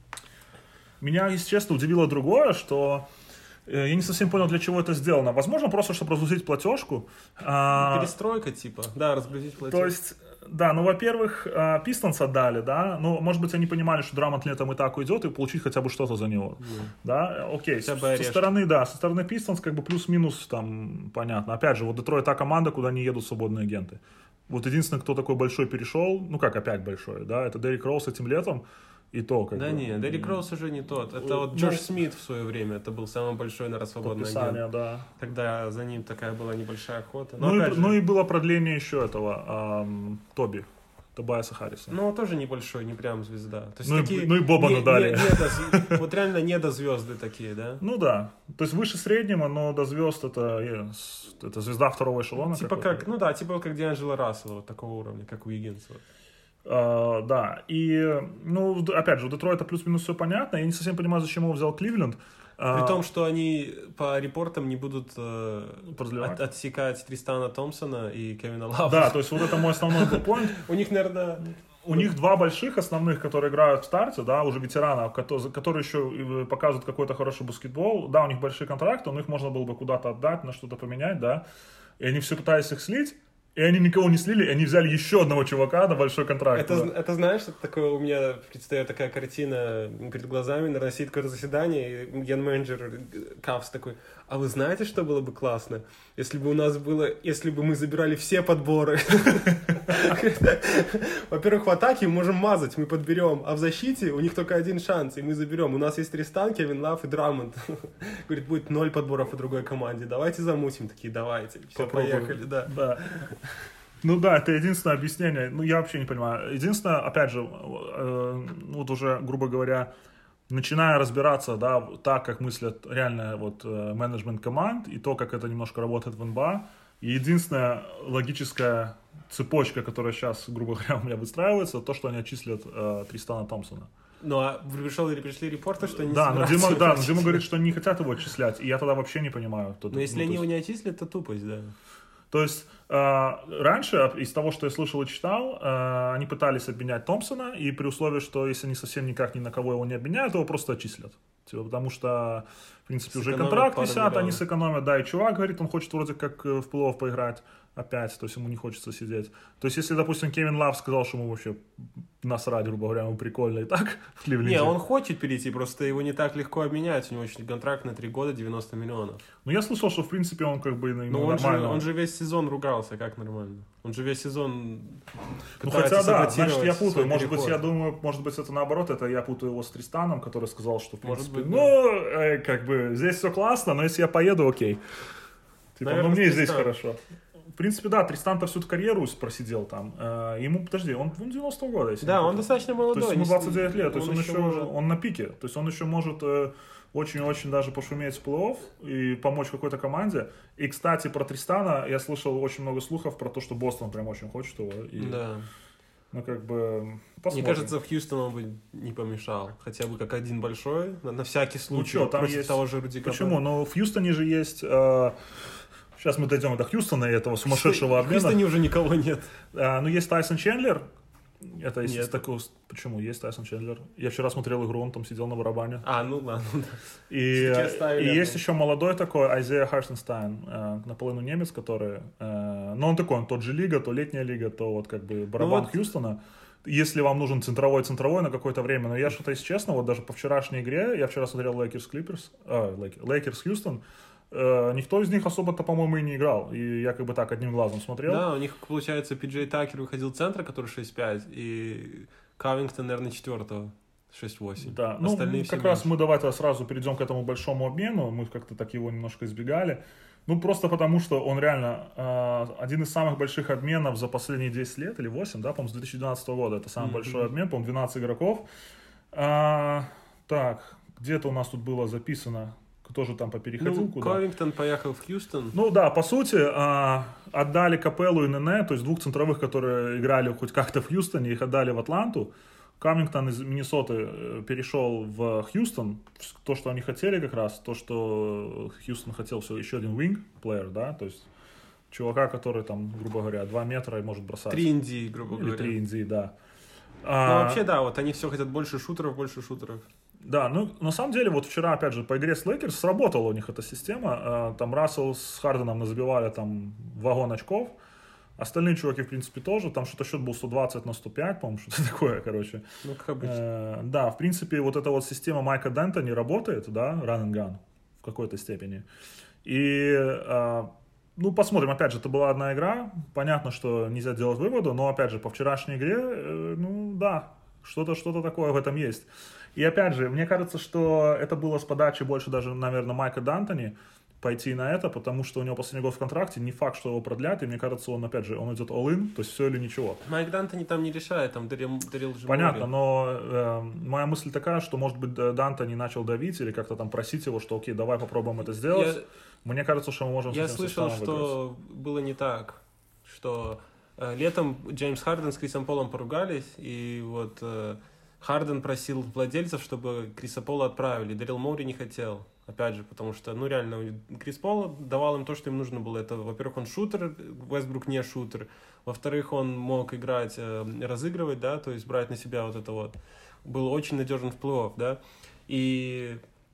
Меня, если честно, удивило другое, что э, я не совсем понял, для чего это сделано. Возможно, просто, чтобы разгрузить платежку. А, Перестройка, типа, да, разгрузить платеж. то есть, да, ну, во-первых, Пистонс отдали, да, ну, может быть, они понимали, что Драмонд летом и так уйдет, и получить хотя бы что-то за него, Mm. да, окей, Хотя с- бы со орешки. стороны, да, со стороны Пистонс как бы плюс-минус там, понятно, опять же, вот Детройт та команда, куда не едут свободные агенты. Вот единственный, кто такой большой перешел, ну, как опять большой, да, это Деррик Роуз этим летом, и то, как Да бы, не, Деррик Роуз уже не тот. Это Ну, вот Джош Смит в свое время, это был самый большой, наверное, свободный подписание, агент. да. Тогда за ним такая была небольшая охота. Но, Ну, опять и, же, ну и было продление еще этого, ам, Тоби, Тобайаса Харриса. ну, тоже небольшой, не прям звезда. То есть Ну и- такие, ну и Бобану не- дали. не- недо- вот реально недозвезды такие, да? Ну да, то есть выше среднего, но до звезд это, э, с- это звезда второго эшелона. Типа какой-то. как, ну да, типа как Дианджело Рассела, вот такого уровня, как Уиггинс. Вот. А, да, и, ну, в- опять же, у Детройта плюс-минус все понятно, я не совсем понимаю, зачем его взял Кливленд. При том, что они по репортам не будут э, Продлевать. от- отсекать Тристана Томпсона и Кевина Лава. Да, то есть вот это мой основной был point. У них, наверное, У них два больших основных, которые играют в старте, да, уже ветеранов, которые, которые еще э, показывают какой-то хороший баскетбол. Да, у них большие контракты, но их можно было бы куда-то отдать, на что-то поменять, да. И они все пытались их слить, и они никого не слили, и они взяли еще одного чувака на большой контракт. Это, да. это знаешь, это такое у меня предстает такая картина перед глазами, наверное, сидит какое-то заседание, и ген-менеджер Кавс такой, а вы знаете, что было бы классно, если бы у нас было, если бы мы забирали все подборы? Во-первых, в атаке мы можем мазать, мы подберем, а в защите у них только один шанс, и мы заберем. У нас есть Тристан, Кевин Лав и Драмонд. Говорит, будет ноль подборов у другой команде, давайте замутим. Такие, давайте, все, Попробуем. поехали, да. Да. Ну да, это единственное объяснение. Ну, я вообще не понимаю. Единственное, опять же, э, вот уже, грубо говоря, начиная разбираться, да, так, как мыслят реально вот э, менеджмент команд, и то, как это немножко работает в эн бэ а, и единственная логическая цепочка, которая сейчас, грубо говоря, у меня выстраивается, то, что они отчислят э, Тристана Томпсона. Ну, а пришел, пришли репорты, что они не Да, но собираются Дима, его да, но отчислять. Дима говорит, что не хотят его отчислять, и я тогда вообще не понимаю. Кто, Но если ну, они то его есть- не отчислят, то тупость, да. То есть э, раньше, из того, что я слышал и читал, э, они пытались обменять Томпсона, и при условии, что если они совсем никак ни на кого его не обменяют, его просто отчислят. Типа, потому что, в принципе, уже Сэкономят контракт пару висят, они миллионов. сэкономят. Да, и чувак говорит, он хочет вроде как э, в плей-офф поиграть опять, то есть ему не хочется сидеть. То есть если, допустим, Кевин Лав сказал, что ему вообще насрать, грубо говоря, ему прикольно и так в Кливленде. Не, он хочет перейти, просто его не так легко обменять. У него очень контракт на три года, девяносто миллионов. Ну, я слышал, что, в принципе, он как бы ну, Но он же, нормально. он же весь сезон ругался, как нормально? Он же весь сезон Ну, пытается хотя да, саботировать значит, я путаю. свой Может быть, переход. я думаю, может быть, это наоборот, это я путаю его с Тристаном, который сказал, что, в Может принципе, быть, ну, э, как бы, здесь все классно, но если я поеду, окей. Типа, Наверное, ну, мне с здесь Тристаном. хорошо. в принципе, да, Тристан-то всю карьеру просидел там. Ему, подожди, он, он девяностого года, если Да, он достаточно молодой. То есть ему двадцать девять лет, то есть он, он еще еще, может... он на пике. То есть он еще может очень-очень даже пошуметь в плей-офф и помочь какой-то команде. И, кстати, про Тристана я слышал очень много слухов про то, что Бостон прям очень хочет его. И, да. Ну, как бы, посмотрим. Мне кажется, в Хьюстон он бы не помешал. Хотя бы как один большой, на, на всякий случай, ну, что, там против есть... того же Руди Гобера. Почему? Ну, в Хьюстоне же есть... Э... Сейчас мы дойдем до Хьюстона и этого сумасшедшего обмена. В Хьюстоне уже никого нет. А, ну, есть Тайсон Чендлер. Это есть Нет. такой... Почему? Есть Тайсон Чендлер. Я вчера смотрел игру, он там сидел на барабане. А, ну ладно. Да. И, и есть еще молодой такой Айзея Харстенстайн, э, наполовину немец, который... Э, ну, он такой, он тот же лига, то летняя лига, то вот как бы барабан ну, вот... Хьюстона. Если вам нужен центровой-центровой на какое-то время. Но я что-то, если честно, вот даже по вчерашней игре, я вчера смотрел Лейкерс Клиперс, Лейкерс Хьюстон, Uh, никто из них особо-то, по-моему, и не играл. И я как бы так одним глазом смотрел. Да, у них, получается, Пи Джей Такер выходил центра, который шесть пять, и Кавингтон, наверное, четвертого, шесть восемь. Да, остальные ну, все как меньше. раз мы давайте сразу перейдем к этому большому обмену. Мы как-то так его немножко избегали. Ну, просто потому, что он реально э, один из самых больших обменов за последние десять лет, или восемь, да, по-моему, с две тысячи двенадцатого года. Это самый mm-hmm. большой обмен, по-моему, двенадцать игроков. А, так, где-то у нас тут было записано... тоже там попереходил ну, куда. Ковингтон поехал в Хьюстон. Ну да, по сути, а, отдали Капеллу и Нене, то есть двух центровых, которые играли хоть как-то в Хьюстоне, их отдали в Атланту. Камингтон из Миннесоты перешел в Хьюстон, то, что они хотели как раз, то, что Хьюстон хотел, все, еще один wing-плеер, да, то есть чувака, который там, грубо говоря, два метра и может бросать. три эн ди, грубо Или говоря. три эн ди, да. Ну, а, вообще, да, вот они все хотят больше шутеров, больше шутеров. Да, ну, на самом деле, вот вчера, опять же, по игре с Лейкерс сработала у них эта система. Там Рассел с Харденом забивали там вагон очков. Остальные чуваки, в принципе, тоже. Там что-то счет был сто двадцать на сто пять, по-моему, что-то такое, короче. Ну, как обычно. Э, да, в принципе, вот эта вот система Майка Д'Антони работает, да, run and gun в какой-то степени. И, э, ну, посмотрим. Опять же, это была одна игра. Понятно, что нельзя делать выводы, но, опять же, по вчерашней игре, э, ну, да, что-то, что-то такое в этом есть. И опять же, мне кажется, что это было с подачи больше даже, наверное, Майка Д'Антони пойти на это, потому что у него последний год в контракте, не факт, что его продлят, и мне кажется, он, опять же, он идет all-in, то есть все или ничего. Майк Д'Антони там не решает, там дарил, дарил же Понятно, море. но э, моя мысль такая, что, может быть, Д'Антони начал давить или как-то там просить его, что окей, давай попробуем это сделать. Я, мне кажется, что мы можем... Я слышал, что выиграть. Было не так, что э, летом Джеймс Харден с Крисом Полом поругались, и вот... Э, Харден просил владельцев, чтобы Криса Пола отправили. Дарил Моури не хотел. Опять же, потому что, ну, реально, Крис Пол давал им то, что им нужно было. Это, во-первых, он шутер, Уэстбрук не шутер. Во-вторых, он мог играть, э, разыгрывать, да, то есть брать на себя вот это вот. Был очень надежен в плей-офф, да. И,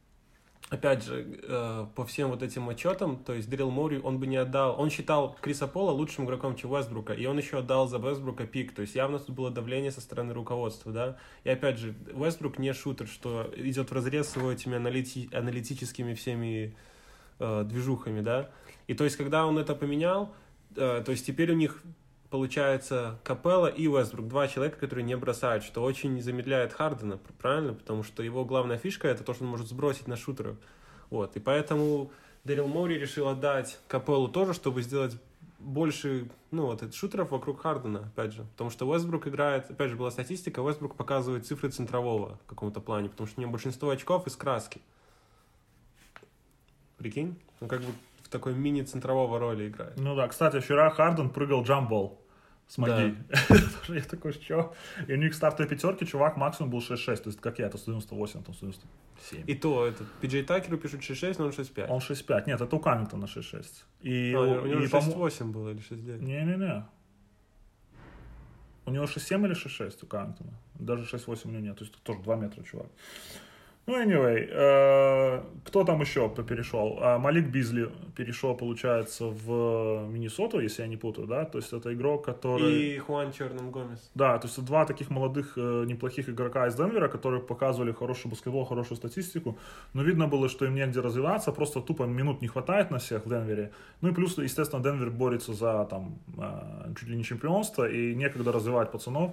опять же, э, по всем вот этим отчетам, то есть Дарил Моури, он бы не отдал... Он считал Криса Пола лучшим игроком, чем Уэстбрука, и он еще отдал за Уэстбрука пик. То есть явно тут было давление со стороны руководства, да. И, опять же, Уэстбрук не шутер, что идет вразрез с его этими аналити... аналитическими всеми э, движухами, да. И, то есть, когда он это поменял, э, то есть, теперь у них... Получается, Капелла и Уэстбрук, два человека, которые не бросают, что очень замедляет Хардена, правильно? Потому что его главная фишка — это то, что он может сбросить на шутеров. Вот. И поэтому Дарил Моури решил отдать Капеллу тоже, чтобы сделать больше, ну, вот, шутеров вокруг Хардена, опять же. Потому что Уэстбрук играет, опять же, была статистика, Уэстбрук показывает цифры центрового в каком-то плане, потому что у него большинство очков из краски. Прикинь? Он как бы в такой мини-центрового роли играет. Ну да, кстати, вчера Харден прыгал джамбол с магией. Да. Я такой, что? И у них в стартовой пятерке чувак максимум был шесть шесть, то есть как я, то сто девяносто восемь, там сто девяносто семь. И то, этот Пи Джей Такеру пишут шесть шесть, но он шесть пять. Он шесть пять, нет, это у Камингтона шесть шесть. И а, у, у него и, шесть восемь было или шесть девять? Не-не-не. У него шесть семь или шесть шесть у Камингтона. Даже шесть восемь у него нет, то есть тоже два метра чувак. Ну, anyway, э, кто там еще перешел? А, Малик Бизли перешел, получается, в Миннесоту, если я не путаю, да? То есть это игрок, который... И Хуан Черным Гомес. Да, то есть два таких молодых, э, неплохих игрока из Денвера, которые показывали хороший баскетбол, хорошую статистику. Но видно было, что им негде развиваться, просто тупо минут не хватает на всех в Денвере. Ну и плюс, естественно, Денвер борется за там э, чуть ли не чемпионство, и некогда развивать пацанов.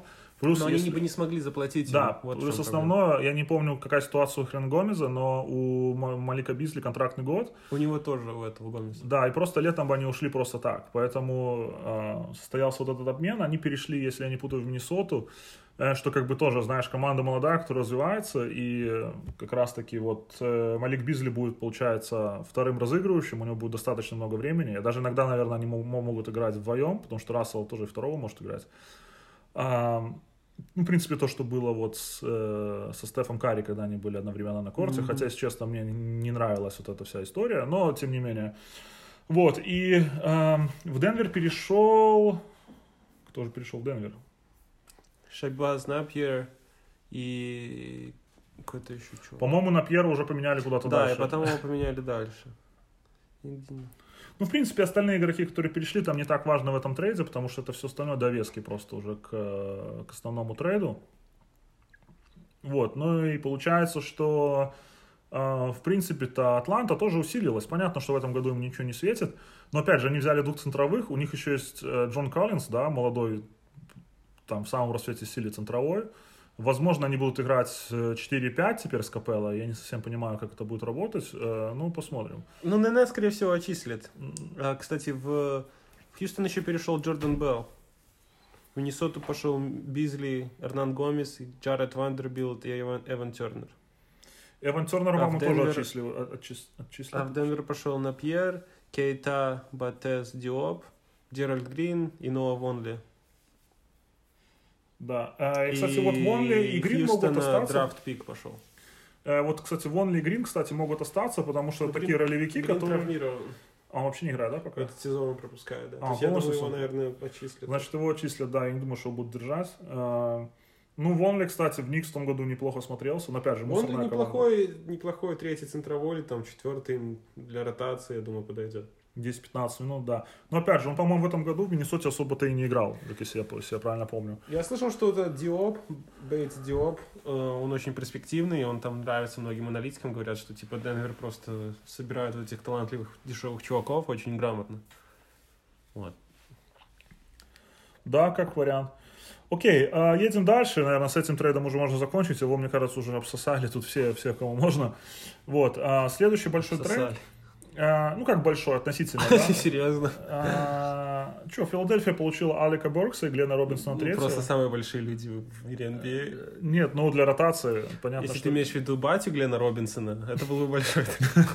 Плюс, но если... они бы не смогли заплатить Да, ему. Вот плюс основное, я не помню, какая ситуация у Хрен Гомеза, но у Малика Бизли контрактный год. У него тоже у этого Гомеза. Да, и просто летом бы они ушли просто так. Поэтому э, состоялся вот этот обмен. Они перешли, если я не путаю, в Миннесоту, э, что как бы тоже, знаешь, команда молодая, которая развивается. И э, как раз-таки вот э, Малик Бизли будет, получается, вторым разыгрывающим. У него будет достаточно много времени. Даже иногда, наверное, они м- могут играть вдвоем, потому что Рассел тоже и второго может играть. А, ну, в принципе, то, что было вот с, э, со Стефом Карри, когда они были одновременно на корте, mm-hmm. хотя, если честно, мне не нравилась вот эта вся история, но, тем не менее. Вот, и э, в Денвер перешел... Кто же перешел в Денвер? Шайбаз Напьер и... Какой-то еще чувак. По-моему, Напьера уже поменяли куда-то да, дальше. Да, и потом его поменяли дальше. Ну, в принципе, остальные игроки, которые перешли, там не так важно в этом трейде, потому что это все остальное довески просто уже к, к основному трейду. Вот, ну и получается, что, э, в принципе-то, Атланта тоже усилилась. Понятно, что в этом году им ничего не светит, но, опять же, они взяли двух центровых, у них еще есть э, Джон Коллинз, да, молодой, там, в самом расцвете силы центровой. Возможно, они будут играть четыре пять теперь с Капелло. Я не совсем понимаю, как это будет работать. Ну, посмотрим. Ну, Нене, скорее всего, отчислят. А, кстати, в Хьюстон еще перешел Джордан Белл. В Миннесоту пошел Бизли, Эрнан Гомес, Джаред Вандербилт и Эван, Эван Тернер. Эван Тернер, по-моему, тоже отчислил, отчислил. А в Денвер пошел Напьер, Кейта, Батес, Диоп, Джеральд Грин и Ноа Вонли. Да, и, кстати, и вот Вонли и Грин могут остаться. Драфт-пик пошел. Вот, кстати, Вонли и Грин, кстати, могут остаться, потому что ну, такие Грин, ролевики, Грин которые... травмирован. А он вообще не играет, да, пока? Этот сезон он пропускает, да. А, То есть я думаю, его, наверное, отчислят. Значит, его отчислят, да, я не думаю, что его будут держать. Ну, Вонли, кстати, в Никс в том году неплохо смотрелся, но опять же, Вонли неплохой, неплохой третий центровой, там четвертый для ротации, я думаю, подойдет. десять-пятнадцать минут, да. Но опять же, он, по-моему, в этом году в Миннесоте особо-то и не играл, как если я, если я правильно помню. Я слышал, что это Диоп, Бейтс Диоп, он очень перспективный, он там нравится многим аналитикам, говорят, что типа Денвер просто собирает вот этих талантливых дешевых чуваков очень грамотно. Вот. Да, как вариант. Окей, едем дальше, наверное, с этим трейдом уже можно закончить, его, мне кажется, уже обсосали тут все, все кому можно. Вот, следующий большой обсосали. трейд. А, ну, как большой, относительно, да? Серьезно? А, что, Филадельфия получила Алека Бёркса и Глена Робинсона третьего. Просто самые большие люди в мире эн би эй. Нет, ну, для ротации, понятно, Если что... ты имеешь в виду батю Глена Робинсона, это был бы большой.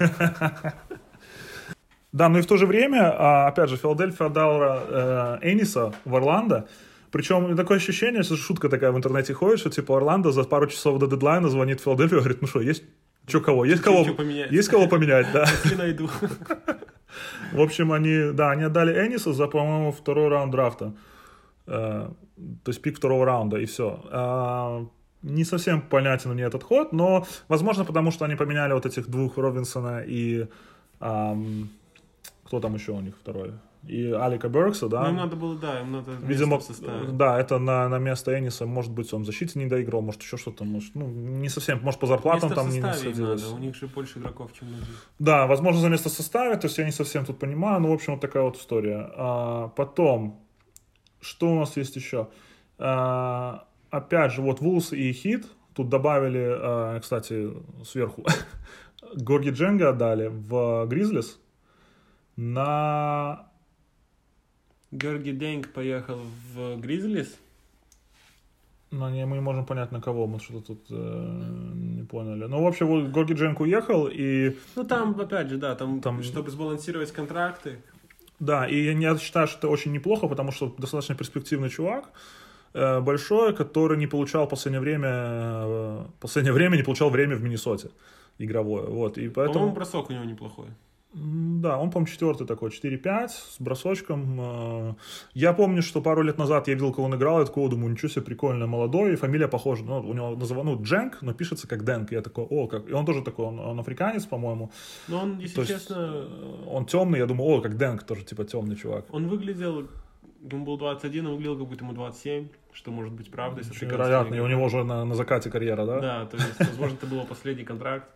Да, но и в то же время, опять же, Филадельфия отдала Эниса в Орландо. Причем такое ощущение, что шутка такая в интернете ходит, что типа Орландо за пару часов до дедлайна звонит в Филадельфию и говорит, ну что, есть... Че кого? Есть кого, есть кого поменять, да. Если найду. В общем, они, да, они отдали Эниса за, по-моему, второй раунд драфта. Э, то есть пик второго раунда, и все. Э, не совсем понятен мне этот ход, но, возможно, потому что они поменяли вот этих двух, Робинсона и... Э, кто там еще у них второй? И Алика Бёркса, да. Ну, им надо было, да, им надо видимо, составить. Да, это на, на место Эниса, может быть, он в защите не доиграл, может, еще что-то, может, ну, не совсем, может, по зарплатам место там не, не садилось. Надо. У них же больше игроков, чем люди. Да, возможно, за место в составе, то есть я не совсем тут понимаю, ну, в общем, вот такая вот история. А, потом, что у нас есть еще? А, опять же, вот Вулс и Хит, тут добавили, а, кстати, сверху, Горги Дженга отдали в Гризлис на... Георгий Денг поехал в Гризлис. Ну, не, мы не можем понять, на кого, мы что-то тут э, не поняли. Ну, в общем, вот Горги Дженг уехал, и... Ну, там, опять же, да, там, там... чтобы сбалансировать контракты. Да, и я считаю, что это очень неплохо, потому что достаточно перспективный чувак, э, большой, который не получал в последнее время, э, последнее время не получал время в Миннесоте игровое, вот, и поэтому... По-моему, бросок у него неплохой. Да, он, по-моему, четвертый такой, четыре пять с бросочком. Я помню, что пару лет назад я видел, как он играл, я такой, думаю, ничего себе, прикольно, молодой, и фамилия похожа, ну, у него называют, ну, Дженк, но пишется как Дэнк, и я такой, о, как, и он тоже такой, он, он африканец, по-моему. Но он, если То честно... Он темный, я думаю, о, как Дэнк, тоже, типа, темный чувак. Он выглядел, ему был двадцать один, он выглядел, как будто ему двадцать семь, что может быть правдой. Очень вероятно, и у него уже на, на закате карьера, да? Да, то есть, возможно, это был последний контракт.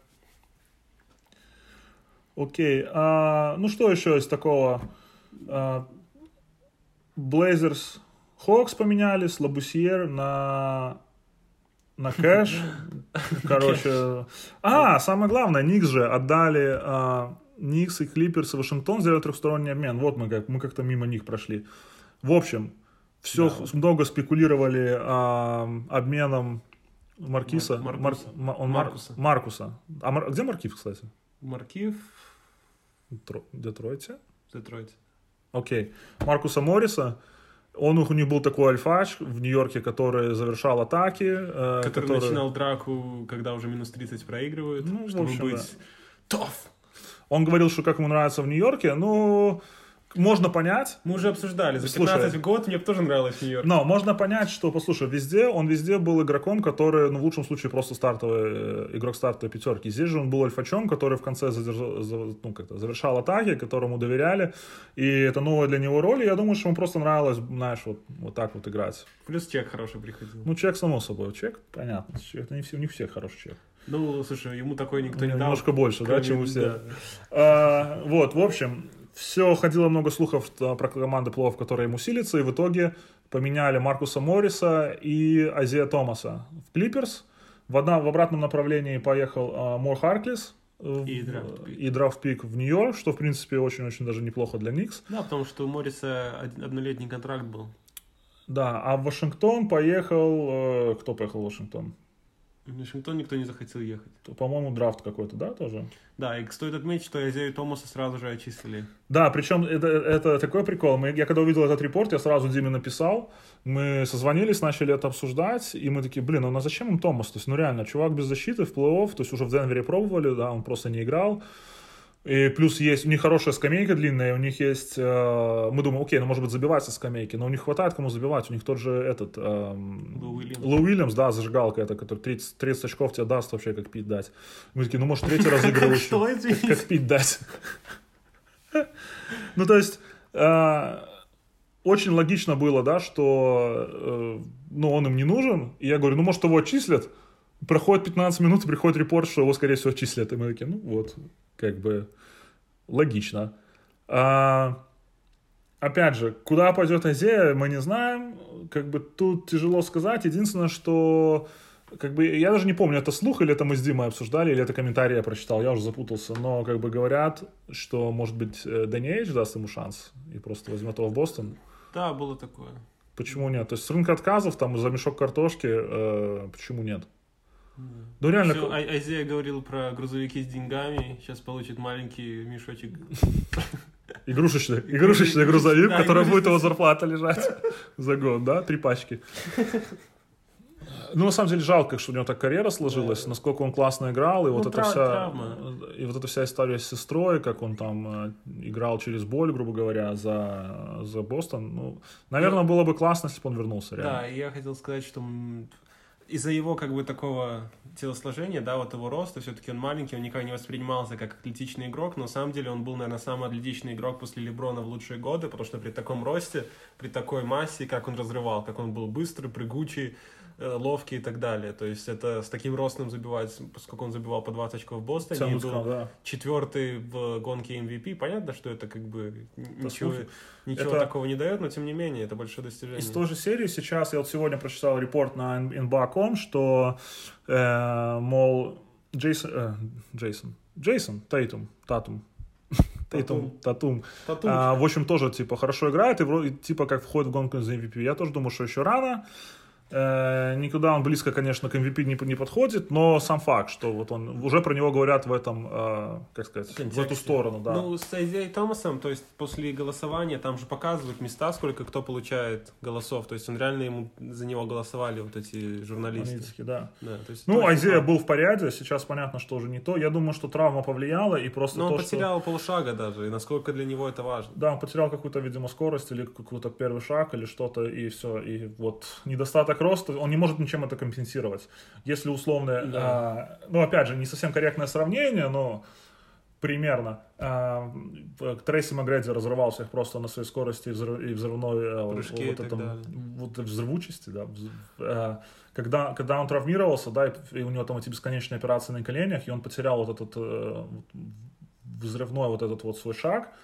Окей, а, ну что еще из такого? Блейзерс Хокс поменялись, Лабусьер на... на кэш. Короче... А, самое главное, Никс же отдали... А, Никс и Клиперс и Вашингтон сделали трехсторонний обмен. Вот мы, как, мы как-то мимо них прошли. В общем, все Да. много спекулировали а, обменом Маркиса. Мар- Мар- Маркуса. Ма- он Мар- Маркуса. Маркуса. А Мар- где Маркив, кстати? Маркив Тро- В Детройте? в Детройте. Окей. Маркуса Морриса. Он, у них был такой альфач в Нью-Йорке, который завершал атаки. э, Который начинал драку, когда уже минус тридцать проигрывают, Ну, в чтобы общем, быть тоф. Он говорил, что как ему нравится в Нью-Йорке. Ну, можно понять. Мы уже обсуждали, за Слушай. пятнадцать в год мне бы тоже нравилось Нью-Йорк. Но можно понять, что, послушай, везде, он везде был игроком, который, ну, в лучшем случае, просто стартовый, э, игрок стартовой пятерки. Здесь же он был альфачом, который в конце задержал, за- ну, как-то завершал атаки, которому доверяли. И это новая для него роль. И я думаю, что ему просто нравилось, знаешь, вот, вот так вот играть. Плюс чек хороший приходил. Ну, чек, само собой. Чек, понятно. Чек, это не все, у них всех хороший чек. Ну, слушай, ему такой никто не дал. Немножко больше, да, кроме- чем у всех. да. А, вот, в общем, все, ходило много слухов а, про команды плей-офф, которые им усилятся, и в итоге поменяли Маркуса Морриса и Азия Томаса в Клиперс. В, одна, в обратном направлении поехал а, Мор Харклис э, И драфт-пик. и драфт-пик в Нью-Йорк, что, в принципе, очень-очень даже неплохо для Никс. Да, потому что у Морриса од- однолетний контракт был. Да, а в Вашингтон поехал... э, кто поехал в Вашингтон? В Вашингтон никто не захотел ехать. То, по-моему, драфт какой-то, да, тоже? Да, и стоит отметить, что Азию Томаса сразу же отчислили. Да, причем это, это такой прикол. Мы, я когда увидел этот репорт, я сразу Диме написал. Мы созвонились, начали это обсуждать, и мы такие, блин, ну а зачем им Томас? То есть, ну реально, чувак без защиты в плей-офф, то есть уже в Денвере пробовали, да, он просто не играл. И плюс есть, у них хорошая скамейка длинная, у них есть, э, мы думаем, окей, ну может быть забивать со скамейки, но у них хватает кому забивать, у них тот же этот... эм, Лу Уильямс. Лу Уильямс, да, зажигалка эта, который тридцать, тридцать очков тебе даст вообще, как пить дать. Мы такие, ну может третий разыгрывающий. Что, извините? Как пить дать. Ну, то есть, э, очень логично было, да, что, э, ну, он им не нужен. И я говорю, ну, может, его отчислят. Проходит пятнадцать минут, и приходит репорт, что его, скорее всего, отчислят. И мы такие, ну, вот, как бы, логично. А, опять же, куда пойдет Азия, мы не знаем. Как бы, тут тяжело сказать. Единственное, что... Как бы, я даже не помню, это слух или это мы с Димой обсуждали, или это комментарий я прочитал, я уже запутался, но как бы говорят, что, может быть, Дэнни Эйдж даст ему шанс и просто возьмет его в Бостон. Да, было такое. Почему нет? То есть с рынка отказов, там, за мешок картошки, э, почему нет? Ну реально... Всё, А- Азия говорил про грузовики с деньгами, сейчас получит маленький мешочек. Игрушечный, игрушечный грузовик, Да, в котором игрушечный. будет его зарплата лежать за год, да? Три пачки. Ну, на самом деле, жалко, что у него так карьера сложилась, Да. насколько он классно играл, и Ну, вот эта тра- вся... травма. И вот эта вся история с сестрой, как он там э, играл через боль, грубо говоря, за, за Бостон. Ну, наверное, было бы классно, если бы он вернулся, реально. Да, и я хотел сказать, что м, из-за его как бы такого телосложения, да, вот его роста, все-таки он маленький, он никогда не воспринимался как атлетичный игрок, но на самом деле он был, наверное, самый атлетичный игрок после Леброна в лучшие годы, потому что при таком росте, при такой массе, как он разрывал, как он был быстрый, прыгучий, э, ловкий и так далее. То есть это с таким ростом забивать, поскольку он забивал по двадцать очков в Бостоне, и Ценус, был да. четвертый в гонке эм ви пи. Понятно, что это как бы ничего, слушай, ничего это- такого не дает, но тем не менее это большое достижение. Из той же серии сейчас, я вот сегодня прочитал репорт на эн би эй точка ком, что, э, мол, Джейсон, э, Джейсон, Джейсон Тейтум, Татум, Тейтум, Татум, Татум. а, в общем, тоже, типа, хорошо играет, и вроде, типа, как входит в гонку за эм ви пи. Я тоже думаю, что еще рано. Э, никуда он близко, конечно, к эм ви пи не, не подходит, но сам факт, что вот он, уже про него говорят в этом, э, как сказать, в контексте. эту сторону, да. Ну, с Айзеей Томасом, то есть после голосования, там же показывают места, сколько кто получает голосов. То есть он реально ему за него голосовали, вот эти журналисты. Аналитики, да. Да, то есть Ну, точно Айзея так. был в порядке, сейчас понятно, что уже не то. Я думаю, что травма повлияла, и просто Но то, он что... потерял полшага даже, и насколько для него это важно. Да, он потерял какую-то, видимо, скорость или какой-то первый шаг или что-то, и все. И вот недостаток роста, он не может ничем это компенсировать. Если условно, Да. а, ну, опять же, не совсем корректное сравнение, но примерно. А, Трейси Макгрейди разрывал всех просто на своей скорости и, взрыв, и взрывной э, Прыжки и вот, так этом, далее. вот взрывучести, да. Вз- э, Когда, когда он травмировался, да, и, и у него там эти бесконечные операции на коленях, и он потерял вот этот э, взрывной вот этот вот свой шаг,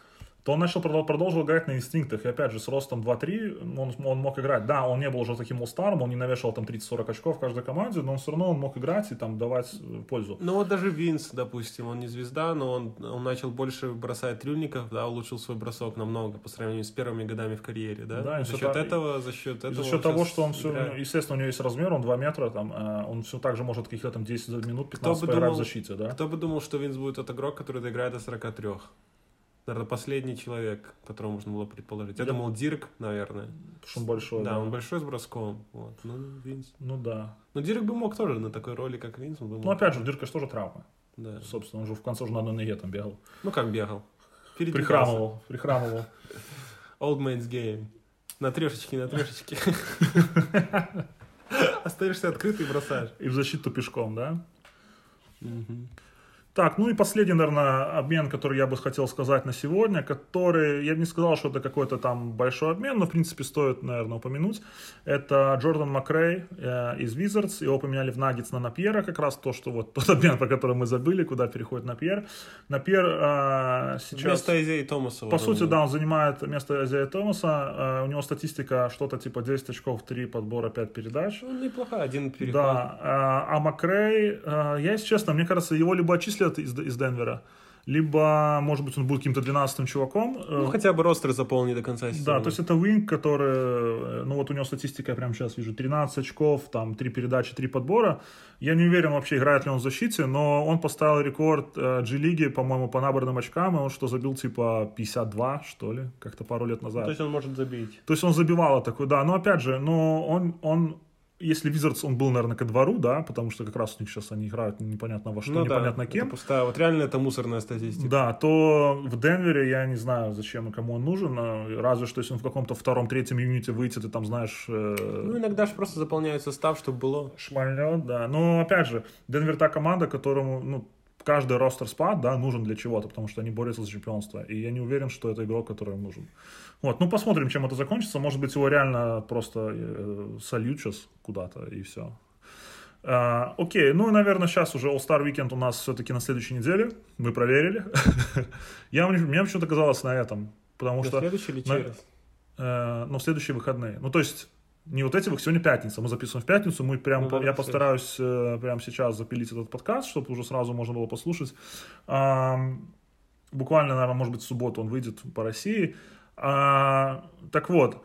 то он начал продолжил играть на инстинктах. И опять же, с ростом два три он, он мог играть. Да, он не был уже таким all-старом, он не навешивал там тридцать-сорок очков в каждой команде, но он все равно он мог играть и там давать пользу. Ну вот даже Винс, допустим, он не звезда, но он, он начал больше бросать трюльников, да, улучшил свой бросок намного по сравнению с первыми годами в карьере, да? Да, за счет этого, за счет этого. За счет того, что он все, играет. Естественно, у него есть размер, он два метра, там, он все так же может каких-то там десять минут, пятнадцать поиграть думал, в защите, да? Кто бы думал, что Винс будет тот игрок, который доиграет до сорока трёх. Наверное, последний человек, которого можно было предположить. Я да. думал, Дирк, наверное. Потому что он большой. Да, да, он большой с броском. Вот. Ну, Винс. Ну да. Но Дирк бы мог тоже на такой роли, как Винс. Он бы мог. Ну, опять же, у Дирка же тоже травма. Да. Собственно, он же в конце уже на одной ноге там бегал. Ну, как бегал? Прихрамывал. Прихрамывал. Old man's game. На трешечке, на трешечке. Остаешься открытый и бросаешь. И в защиту пешком, да? Так, ну и последний, наверное, обмен, который я бы хотел сказать на сегодня, который, я бы не сказал, что это какой-то там большой обмен, но, в принципе, стоит, наверное, упомянуть. Это Джордан Макрей э, из Wizards, его поменяли в Nuggets на Напьера, как раз то, что вот тот обмен, про который мы забыли, куда переходит Напьер. Напьер э, сейчас... Вместо Изеи Томаса. По сути, да, он занимает место Изеи Томаса, э, у него статистика что-то типа десять очков, три подбора, пять передач. Ну, неплохо, один переход. Да, э, а Макрей, э, я, если честно, мне кажется, его либо отчислят Из, из Денвера, либо, может быть, он будет каким-то двенадцатым чуваком. Ну, хотя бы ростер заполнить до конца сезона. Да, то есть это Wing, который, ну вот у него статистика, я прямо сейчас вижу, тринадцать очков, там, три передачи, три подбора. Я не уверен вообще, играет ли он в защите, но он поставил рекорд G-лиги, по-моему, по набранным очкам, и он что, забил, типа, пятьдесят два, что ли, как-то пару лет назад. Ну, то есть он может забить. То есть он забивал такой, да, но опять же, но он... он если Wizards, он был, наверное, ко двору, да, потому что как раз у них сейчас они играют непонятно во что, ну, непонятно да, кем. Это пустая, вот реально это мусорная статистика. Да, то в Денвере я не знаю, зачем и кому он нужен, разве что если он в каком-то втором-третьем юните выйдет, ты там знаешь... Э... Ну, иногда же просто заполняют состав, чтобы было... Шмальнет, да. Но, опять же, Денвер та команда, которому, ну, каждый ростер-спад, да, нужен для чего-то, потому что они борются за чемпионство, и я не уверен, что это игрок, который им нужен. Вот, ну посмотрим, чем это закончится. Может быть, его реально просто э, сольют сейчас куда-то, и все. А, окей, ну и, наверное, сейчас уже All-Star Weekend у нас все-таки на следующей неделе. Мы проверили. Я, мне почему-то казалось на этом. Потому что... следующий или через? Ну, следующие выходные. Ну, то есть... Не вот эти, сегодня пятница, мы записываем в пятницу, мы прям, ну, я постараюсь э, прямо сейчас запилить этот подкаст, чтобы уже сразу можно было послушать. А, буквально, наверное, может быть, в субботу он выйдет по России. А, так вот,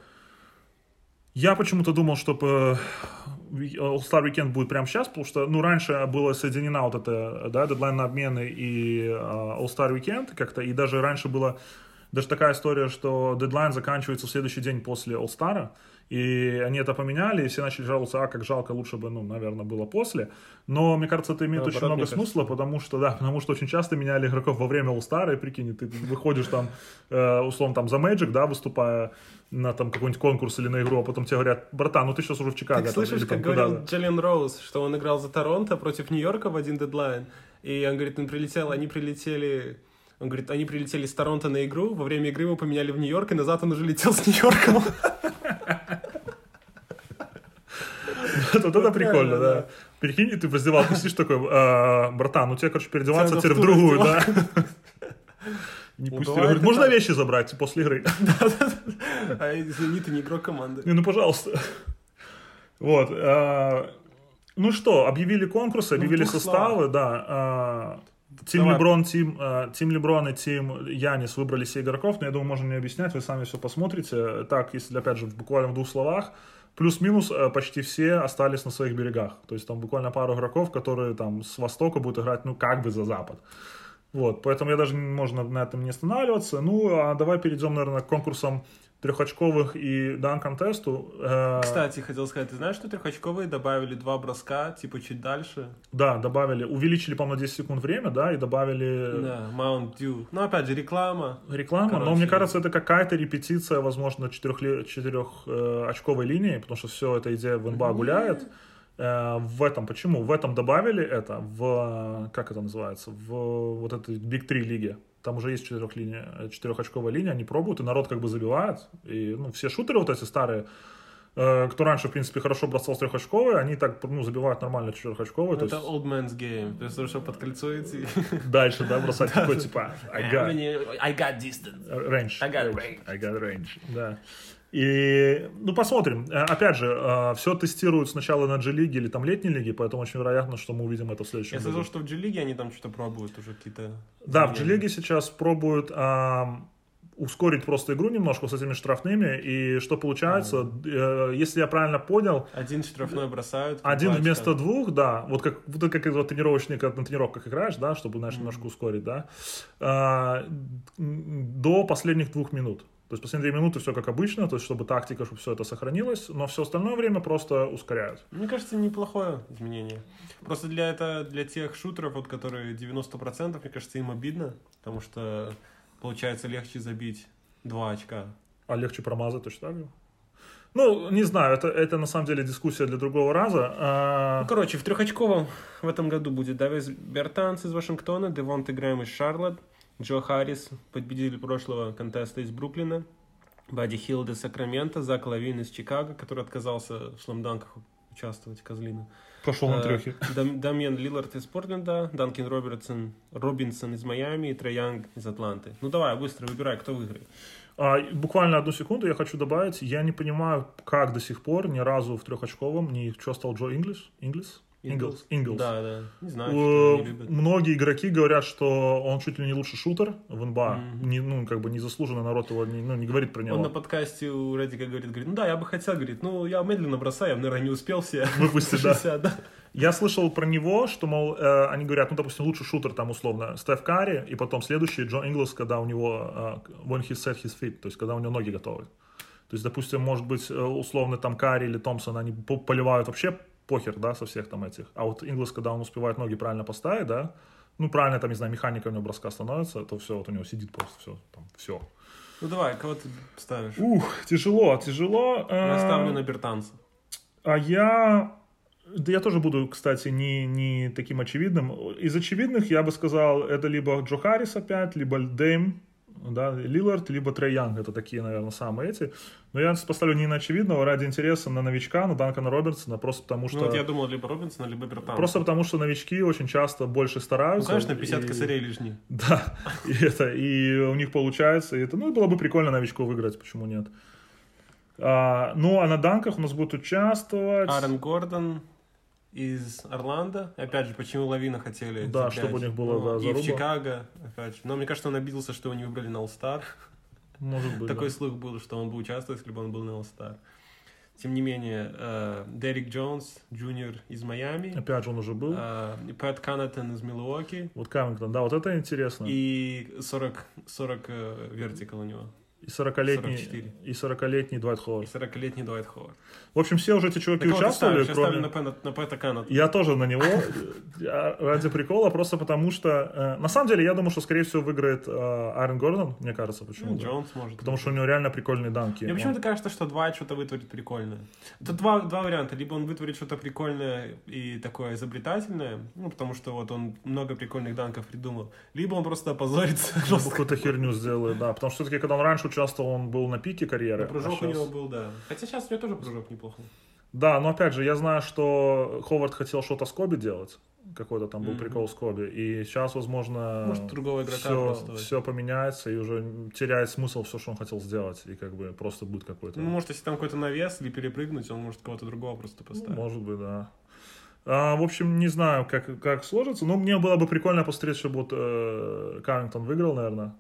я почему-то думал, что All-Star Weekend будет прямо сейчас, потому что, ну, раньше было соединена вот эта, да, дедлайн на обмены и uh, All-Star Weekend как-то, и даже раньше была даже такая история, что дедлайн заканчивается в следующий день после All-Star, и они это поменяли, и все начали жаловаться, а, как жалко, лучше бы, ну, наверное, было после. Но, мне кажется, это имеет да, очень много смысла, потому что, да, потому что очень часто меняли игроков во время All-Star, и прикинь, ты выходишь там, э, условно, там за Magic, да, выступая на там какой-нибудь конкурс или на игру, а потом тебе говорят, братан, ну ты сейчас уже в Чикаго. Ты слышишь, там, как говорил Джален Роуз, что он играл за Торонто против Нью-Йорка в один дедлайн, и он говорит, он прилетел, они прилетели... Он говорит, они прилетели с Торонто на игру, во время игры его поменяли в Нью-Йорк, и назад он уже летел с Нью-Йорком. Вот это прикольно, да. Прикинь, ты в раздевалке сидишь такой, братан, ну тебе, короче, переодеваться теперь в другую, да? Не пустили. Говорит, можно вещи забрать после игры? А извини, ты не игрок команды. Ну, пожалуйста. Вот. Ну что, объявили конкурсы, объявили составы, да. Тим Леброн, Тим, Тим Леброн и Тим Янис выбрали себе игроков, но я думаю, можно не объяснять, вы сами все посмотрите. Так, если, опять же, буквально в двух словах, плюс-минус почти все остались на своих берегах. То есть там буквально пару игроков, которые там с востока будут играть, ну, как бы за запад. Вот, поэтому я даже можно на этом не останавливаться. Ну, а давай перейдем, наверное, к конкурсам трехочковых и дан-контесту. Кстати, хотел сказать, ты знаешь, что трехочковые добавили два броска, типа чуть дальше? Да, добавили, увеличили, по-моему, на десять секунд время, да, и добавили... Да, Mount Dew. Ну, опять же, реклама. Реклама, короче, но мне кажется, это какая-то репетиция, возможно, четырех, четырехочковой линии, потому что все эта идея в эн би эй гуляет. В этом, почему? В этом добавили это, в, как это называется, в вот этой Big три лиге. Там уже есть четырехлиния, четырехочковая линия, они пробуют, и народ как бы забивает. И, ну, все шутеры вот эти старые, э, кто раньше, в принципе, хорошо бросал с трехочковой, они так, ну, забивают нормально четырехочковые. Это есть... old man's game. То есть, чтобы под кольцо идти. Дальше, да, бросать такой, типа, I got... I got distance. Range. I got range. I got range, да. И, ну, посмотрим. Опять же, все тестируют сначала на G-лиге или там летней лиге, поэтому очень вероятно, что мы увидим это в следующем году. Я году. слышал, что в G-лиге они там что-то пробуют уже какие-то... Да, в G-лиге сейчас пробуют а, ускорить просто игру немножко с этими штрафными, и что получается, mm-hmm. э, если я правильно понял... Один штрафной бросают. Один вместо двух, да, вот как, вот как вот тренировочный, как на тренировках играешь, да, чтобы, знаешь, mm-hmm. немножко ускорить, да, а, до последних двух минут. То есть последние две минуты все как обычно, то есть чтобы тактика, чтобы все это сохранилось, но все остальное время просто ускоряют. Мне кажется, неплохое изменение. Просто для, это, для тех шутеров, вот, которые девяносто процентов, мне кажется, им обидно, потому что получается легче забить два очка. А легче промазать точно так же? Ну, не знаю, это, это на самом деле дискуссия для другого раза. А... Ну, короче, в трехочковом в этом году будет Давис Бертанс из Вашингтона, Девонте Грэм из Шарлотт, Джо Харрис, победитель прошлого контеста из Бруклина, Бадди Хилд из Сакрамента, Зак Лавин из Чикаго, который отказался в сламданках участвовать, козлина. Пошел на трехе. Дам, Дамьен Лиллард из Портленда, Данкин Робертсон, Робинсон из Майами и Трей Янг из Атланты. Ну давай, быстро выбирай, кто выиграет. А, буквально одну секунду я хочу добавить. Я не понимаю, как до сих пор ни разу в трехочковом не участвовал Джо Инглиш. Инглиш? Инглс. Инглс. Да, да. Не знаю, uh, что они любят. Многие игроки говорят, что он чуть ли не лучший шутер в эн би эй. Mm-hmm. Не, ну, как бы незаслуженно народ его не, ну, не говорит про него. Он на подкасте у Реддика говорит, говорит, ну да, я бы хотел, говорит, ну я медленно бросаю, я, наверное, не успел все выпустить, да. шестьдесят, да. Я слышал про него, что, мол, э, они говорят, ну, допустим, лучший шутер там условно Стеф Карри, и потом следующий Джо Инглс, когда у него э, when he set his feet, то есть когда у него ноги готовы. То есть, допустим, может быть, условно там Карри или Томпсон, они поливают вообще похер, да, со всех там этих. А вот Инглс, когда он успевает ноги правильно поставить, да, ну, правильно, там, не знаю, механика у него броска становится, то все, вот у него сидит просто все, там, все. Ну, давай, кого ты ставишь? Ух, тяжело, тяжело. Я ставлю на Бертанса. А я... Да я тоже буду, кстати, не, не таким очевидным. Из очевидных я бы сказал, это либо Джо Харрис опять, либо Дэйм, да, Лиллард, либо Трей Янг. Это такие, наверное, самые эти. Но я поставлю не на очевидного, ради интереса на новичка, на Данкана Робертсона, просто потому что... Ну, вот я думал, либо Робинсона, либо Бертанса. Просто потому что новички очень часто больше стараются. Ну, конечно, пятьдесят и... косарей лишние. Да, и, это, и у них получается. И это, ну, было бы прикольно новичку выиграть, почему нет. А, ну, а на данках у нас будут участвовать... Аарон Гордон из Орландо. Опять же, почему Лавина хотели Да, цеплять. чтобы у них было, ну, да, и заруба. в Чикаго, опять же. Но мне кажется, он обиделся, что его не выбрали на All-Star. Может быть, Такой да. слух был, что он бы участвовал, если бы он был на All-Star. Тем не менее, э, Дерек Джонс, джуниор из Майами. Опять же, он уже был. Э, Пэт Каннетон из Милуоки. Вот Камингтон, да, вот это интересно. И сорок, сорок э, вертикал у него. И сорокалетний, сорок четыре. и сорокалетний Дуайт И Ховард. сорокалетний Дуайт Ховард. В общем, все уже эти чуваки Так участвовали, вот, я кроме... ставлю на, Пэна, на Пэта Каннетона. Я тоже на него, ради прикола, просто потому что... э, На самом деле, я думаю, что, скорее всего, выиграет э, Аарон Гордон, мне кажется, почему. Ну, Джонс может. Потому что у него реально прикольные данки. Мне почему-то кажется, что Двайт что-то вытворит прикольное. Тут два, два варианта. Либо он вытворит что-то прикольное и такое изобретательное, ну, потому что вот он много прикольных данков придумал. Либо он просто опозорится. Он какую-то херню сделает, да. Потому что все-таки, когда он раньше участвовал, он был на пике карьеры. Ну, прыжок а у сейчас... него был, да. Хотя сейчас у него тоже прыжок неплохой. Да, но опять же, я знаю, что Ховард хотел что-то с Коби делать. Какой-то там был mm-hmm. прикол с Коби. И сейчас, возможно, может, другого игрока все, просто. все поменяется и уже теряет смысл все, что он хотел сделать. И как бы просто будет какой-то... Ну, может, если там какой-то навес или перепрыгнуть, он может кого-то другого просто поставить. Ну, может быть, да. А, в общем, не знаю, как, как сложится. Но мне было бы прикольно посмотреть, чтобы вот э, Камингтон выиграл, наверное.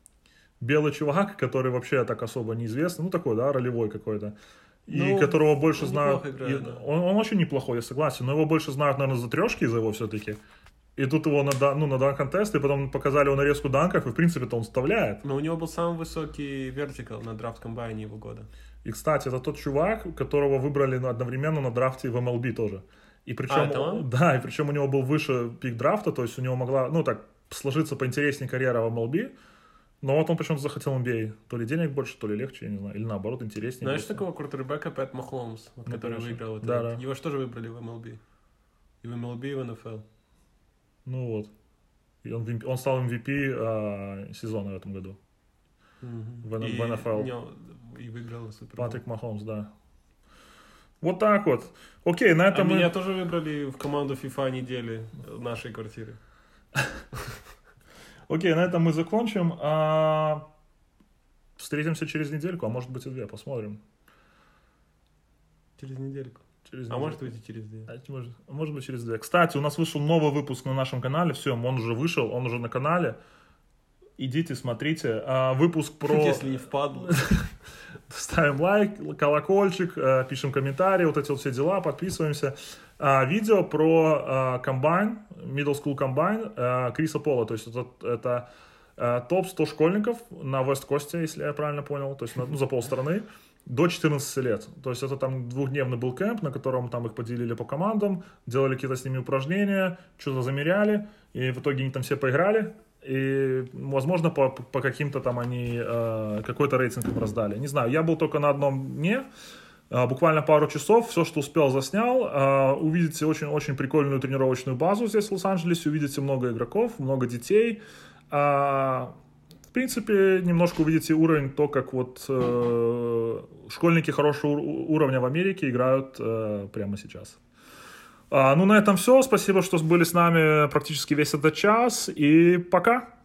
Белый чувак, который вообще так особо неизвестный. Ну, такой, да, ролевой какой-то. И ну, которого больше знают... Играет, и, да. он, он очень неплохой, я согласен. Но его больше знают, наверное, за трешки из-за его все-таки. И тут его на, ну, на дан-контест, и потом показали его нарезку данков, и, в принципе-то, он вставляет. Но у него был самый высокий вертикал на драфт-комбайне его года. И, кстати, это тот чувак, которого выбрали одновременно на драфте в эм эл би тоже. И причем, а, это он? Да, и причем у него был выше пик драфта, то есть у него могла, ну, так, сложиться поинтереснее карьера в эм эл би. Но вот он почему-то захотел эн би эй. То ли денег больше, то ли легче, я не знаю. Или наоборот, интереснее. Знаешь такого квотербека Пэт Махомс, вот, ну, который конечно. выиграл? Вот да, этот. да. Его же тоже выбрали в эм эл би. И в эм эл би, и в эн эф эл. Ну вот. И он, он стал эм ви пи а, сезона в этом году. Mm-hmm. В, и, в эн эф эл. Не, и выиграл Супер Боул. Патрик Махомс, да. Вот так вот. Окей, на этом а мы... меня тоже выбрали в команду FIFA недели нашей квартиры. Окей, на этом мы закончим. А... Встретимся через недельку, а может быть и две, посмотрим. Через недельку. Через а недельку. может быть и через две. А может, может быть через две. Кстати, у нас вышел новый выпуск на нашем канале. Все, он уже вышел, он уже на канале. Идите, смотрите. А, выпуск про... Если не впадло. Ставим лайк, колокольчик, пишем комментарии, вот эти вот все дела, подписываемся. А, видео про а, комбайн, middle school комбайн а, Криса Пола. То есть это, это а, топ сто школьников на Вест-Косте, если я правильно понял. То есть ну, за полстраны. До четырнадцати лет. То есть это там двухдневный был кемп, на котором там их поделили по командам, делали какие-то с ними упражнения, что-то замеряли, и в итоге они там все поиграли. И, возможно, по, по каким-то там они э, какой-то рейтинг им раздали. Не знаю, я был только на одном дне, э, буквально пару часов, все, что успел, заснял. Э, увидите очень-очень прикольную тренировочную базу здесь, в Лос-Анджелесе, увидите много игроков, много детей. Э, в принципе, немножко увидите уровень, то, как вот э, школьники хорошего уровня в Америке играют э, прямо сейчас. А, ну, на этом все. Спасибо, что были с нами практически весь этот час. И пока.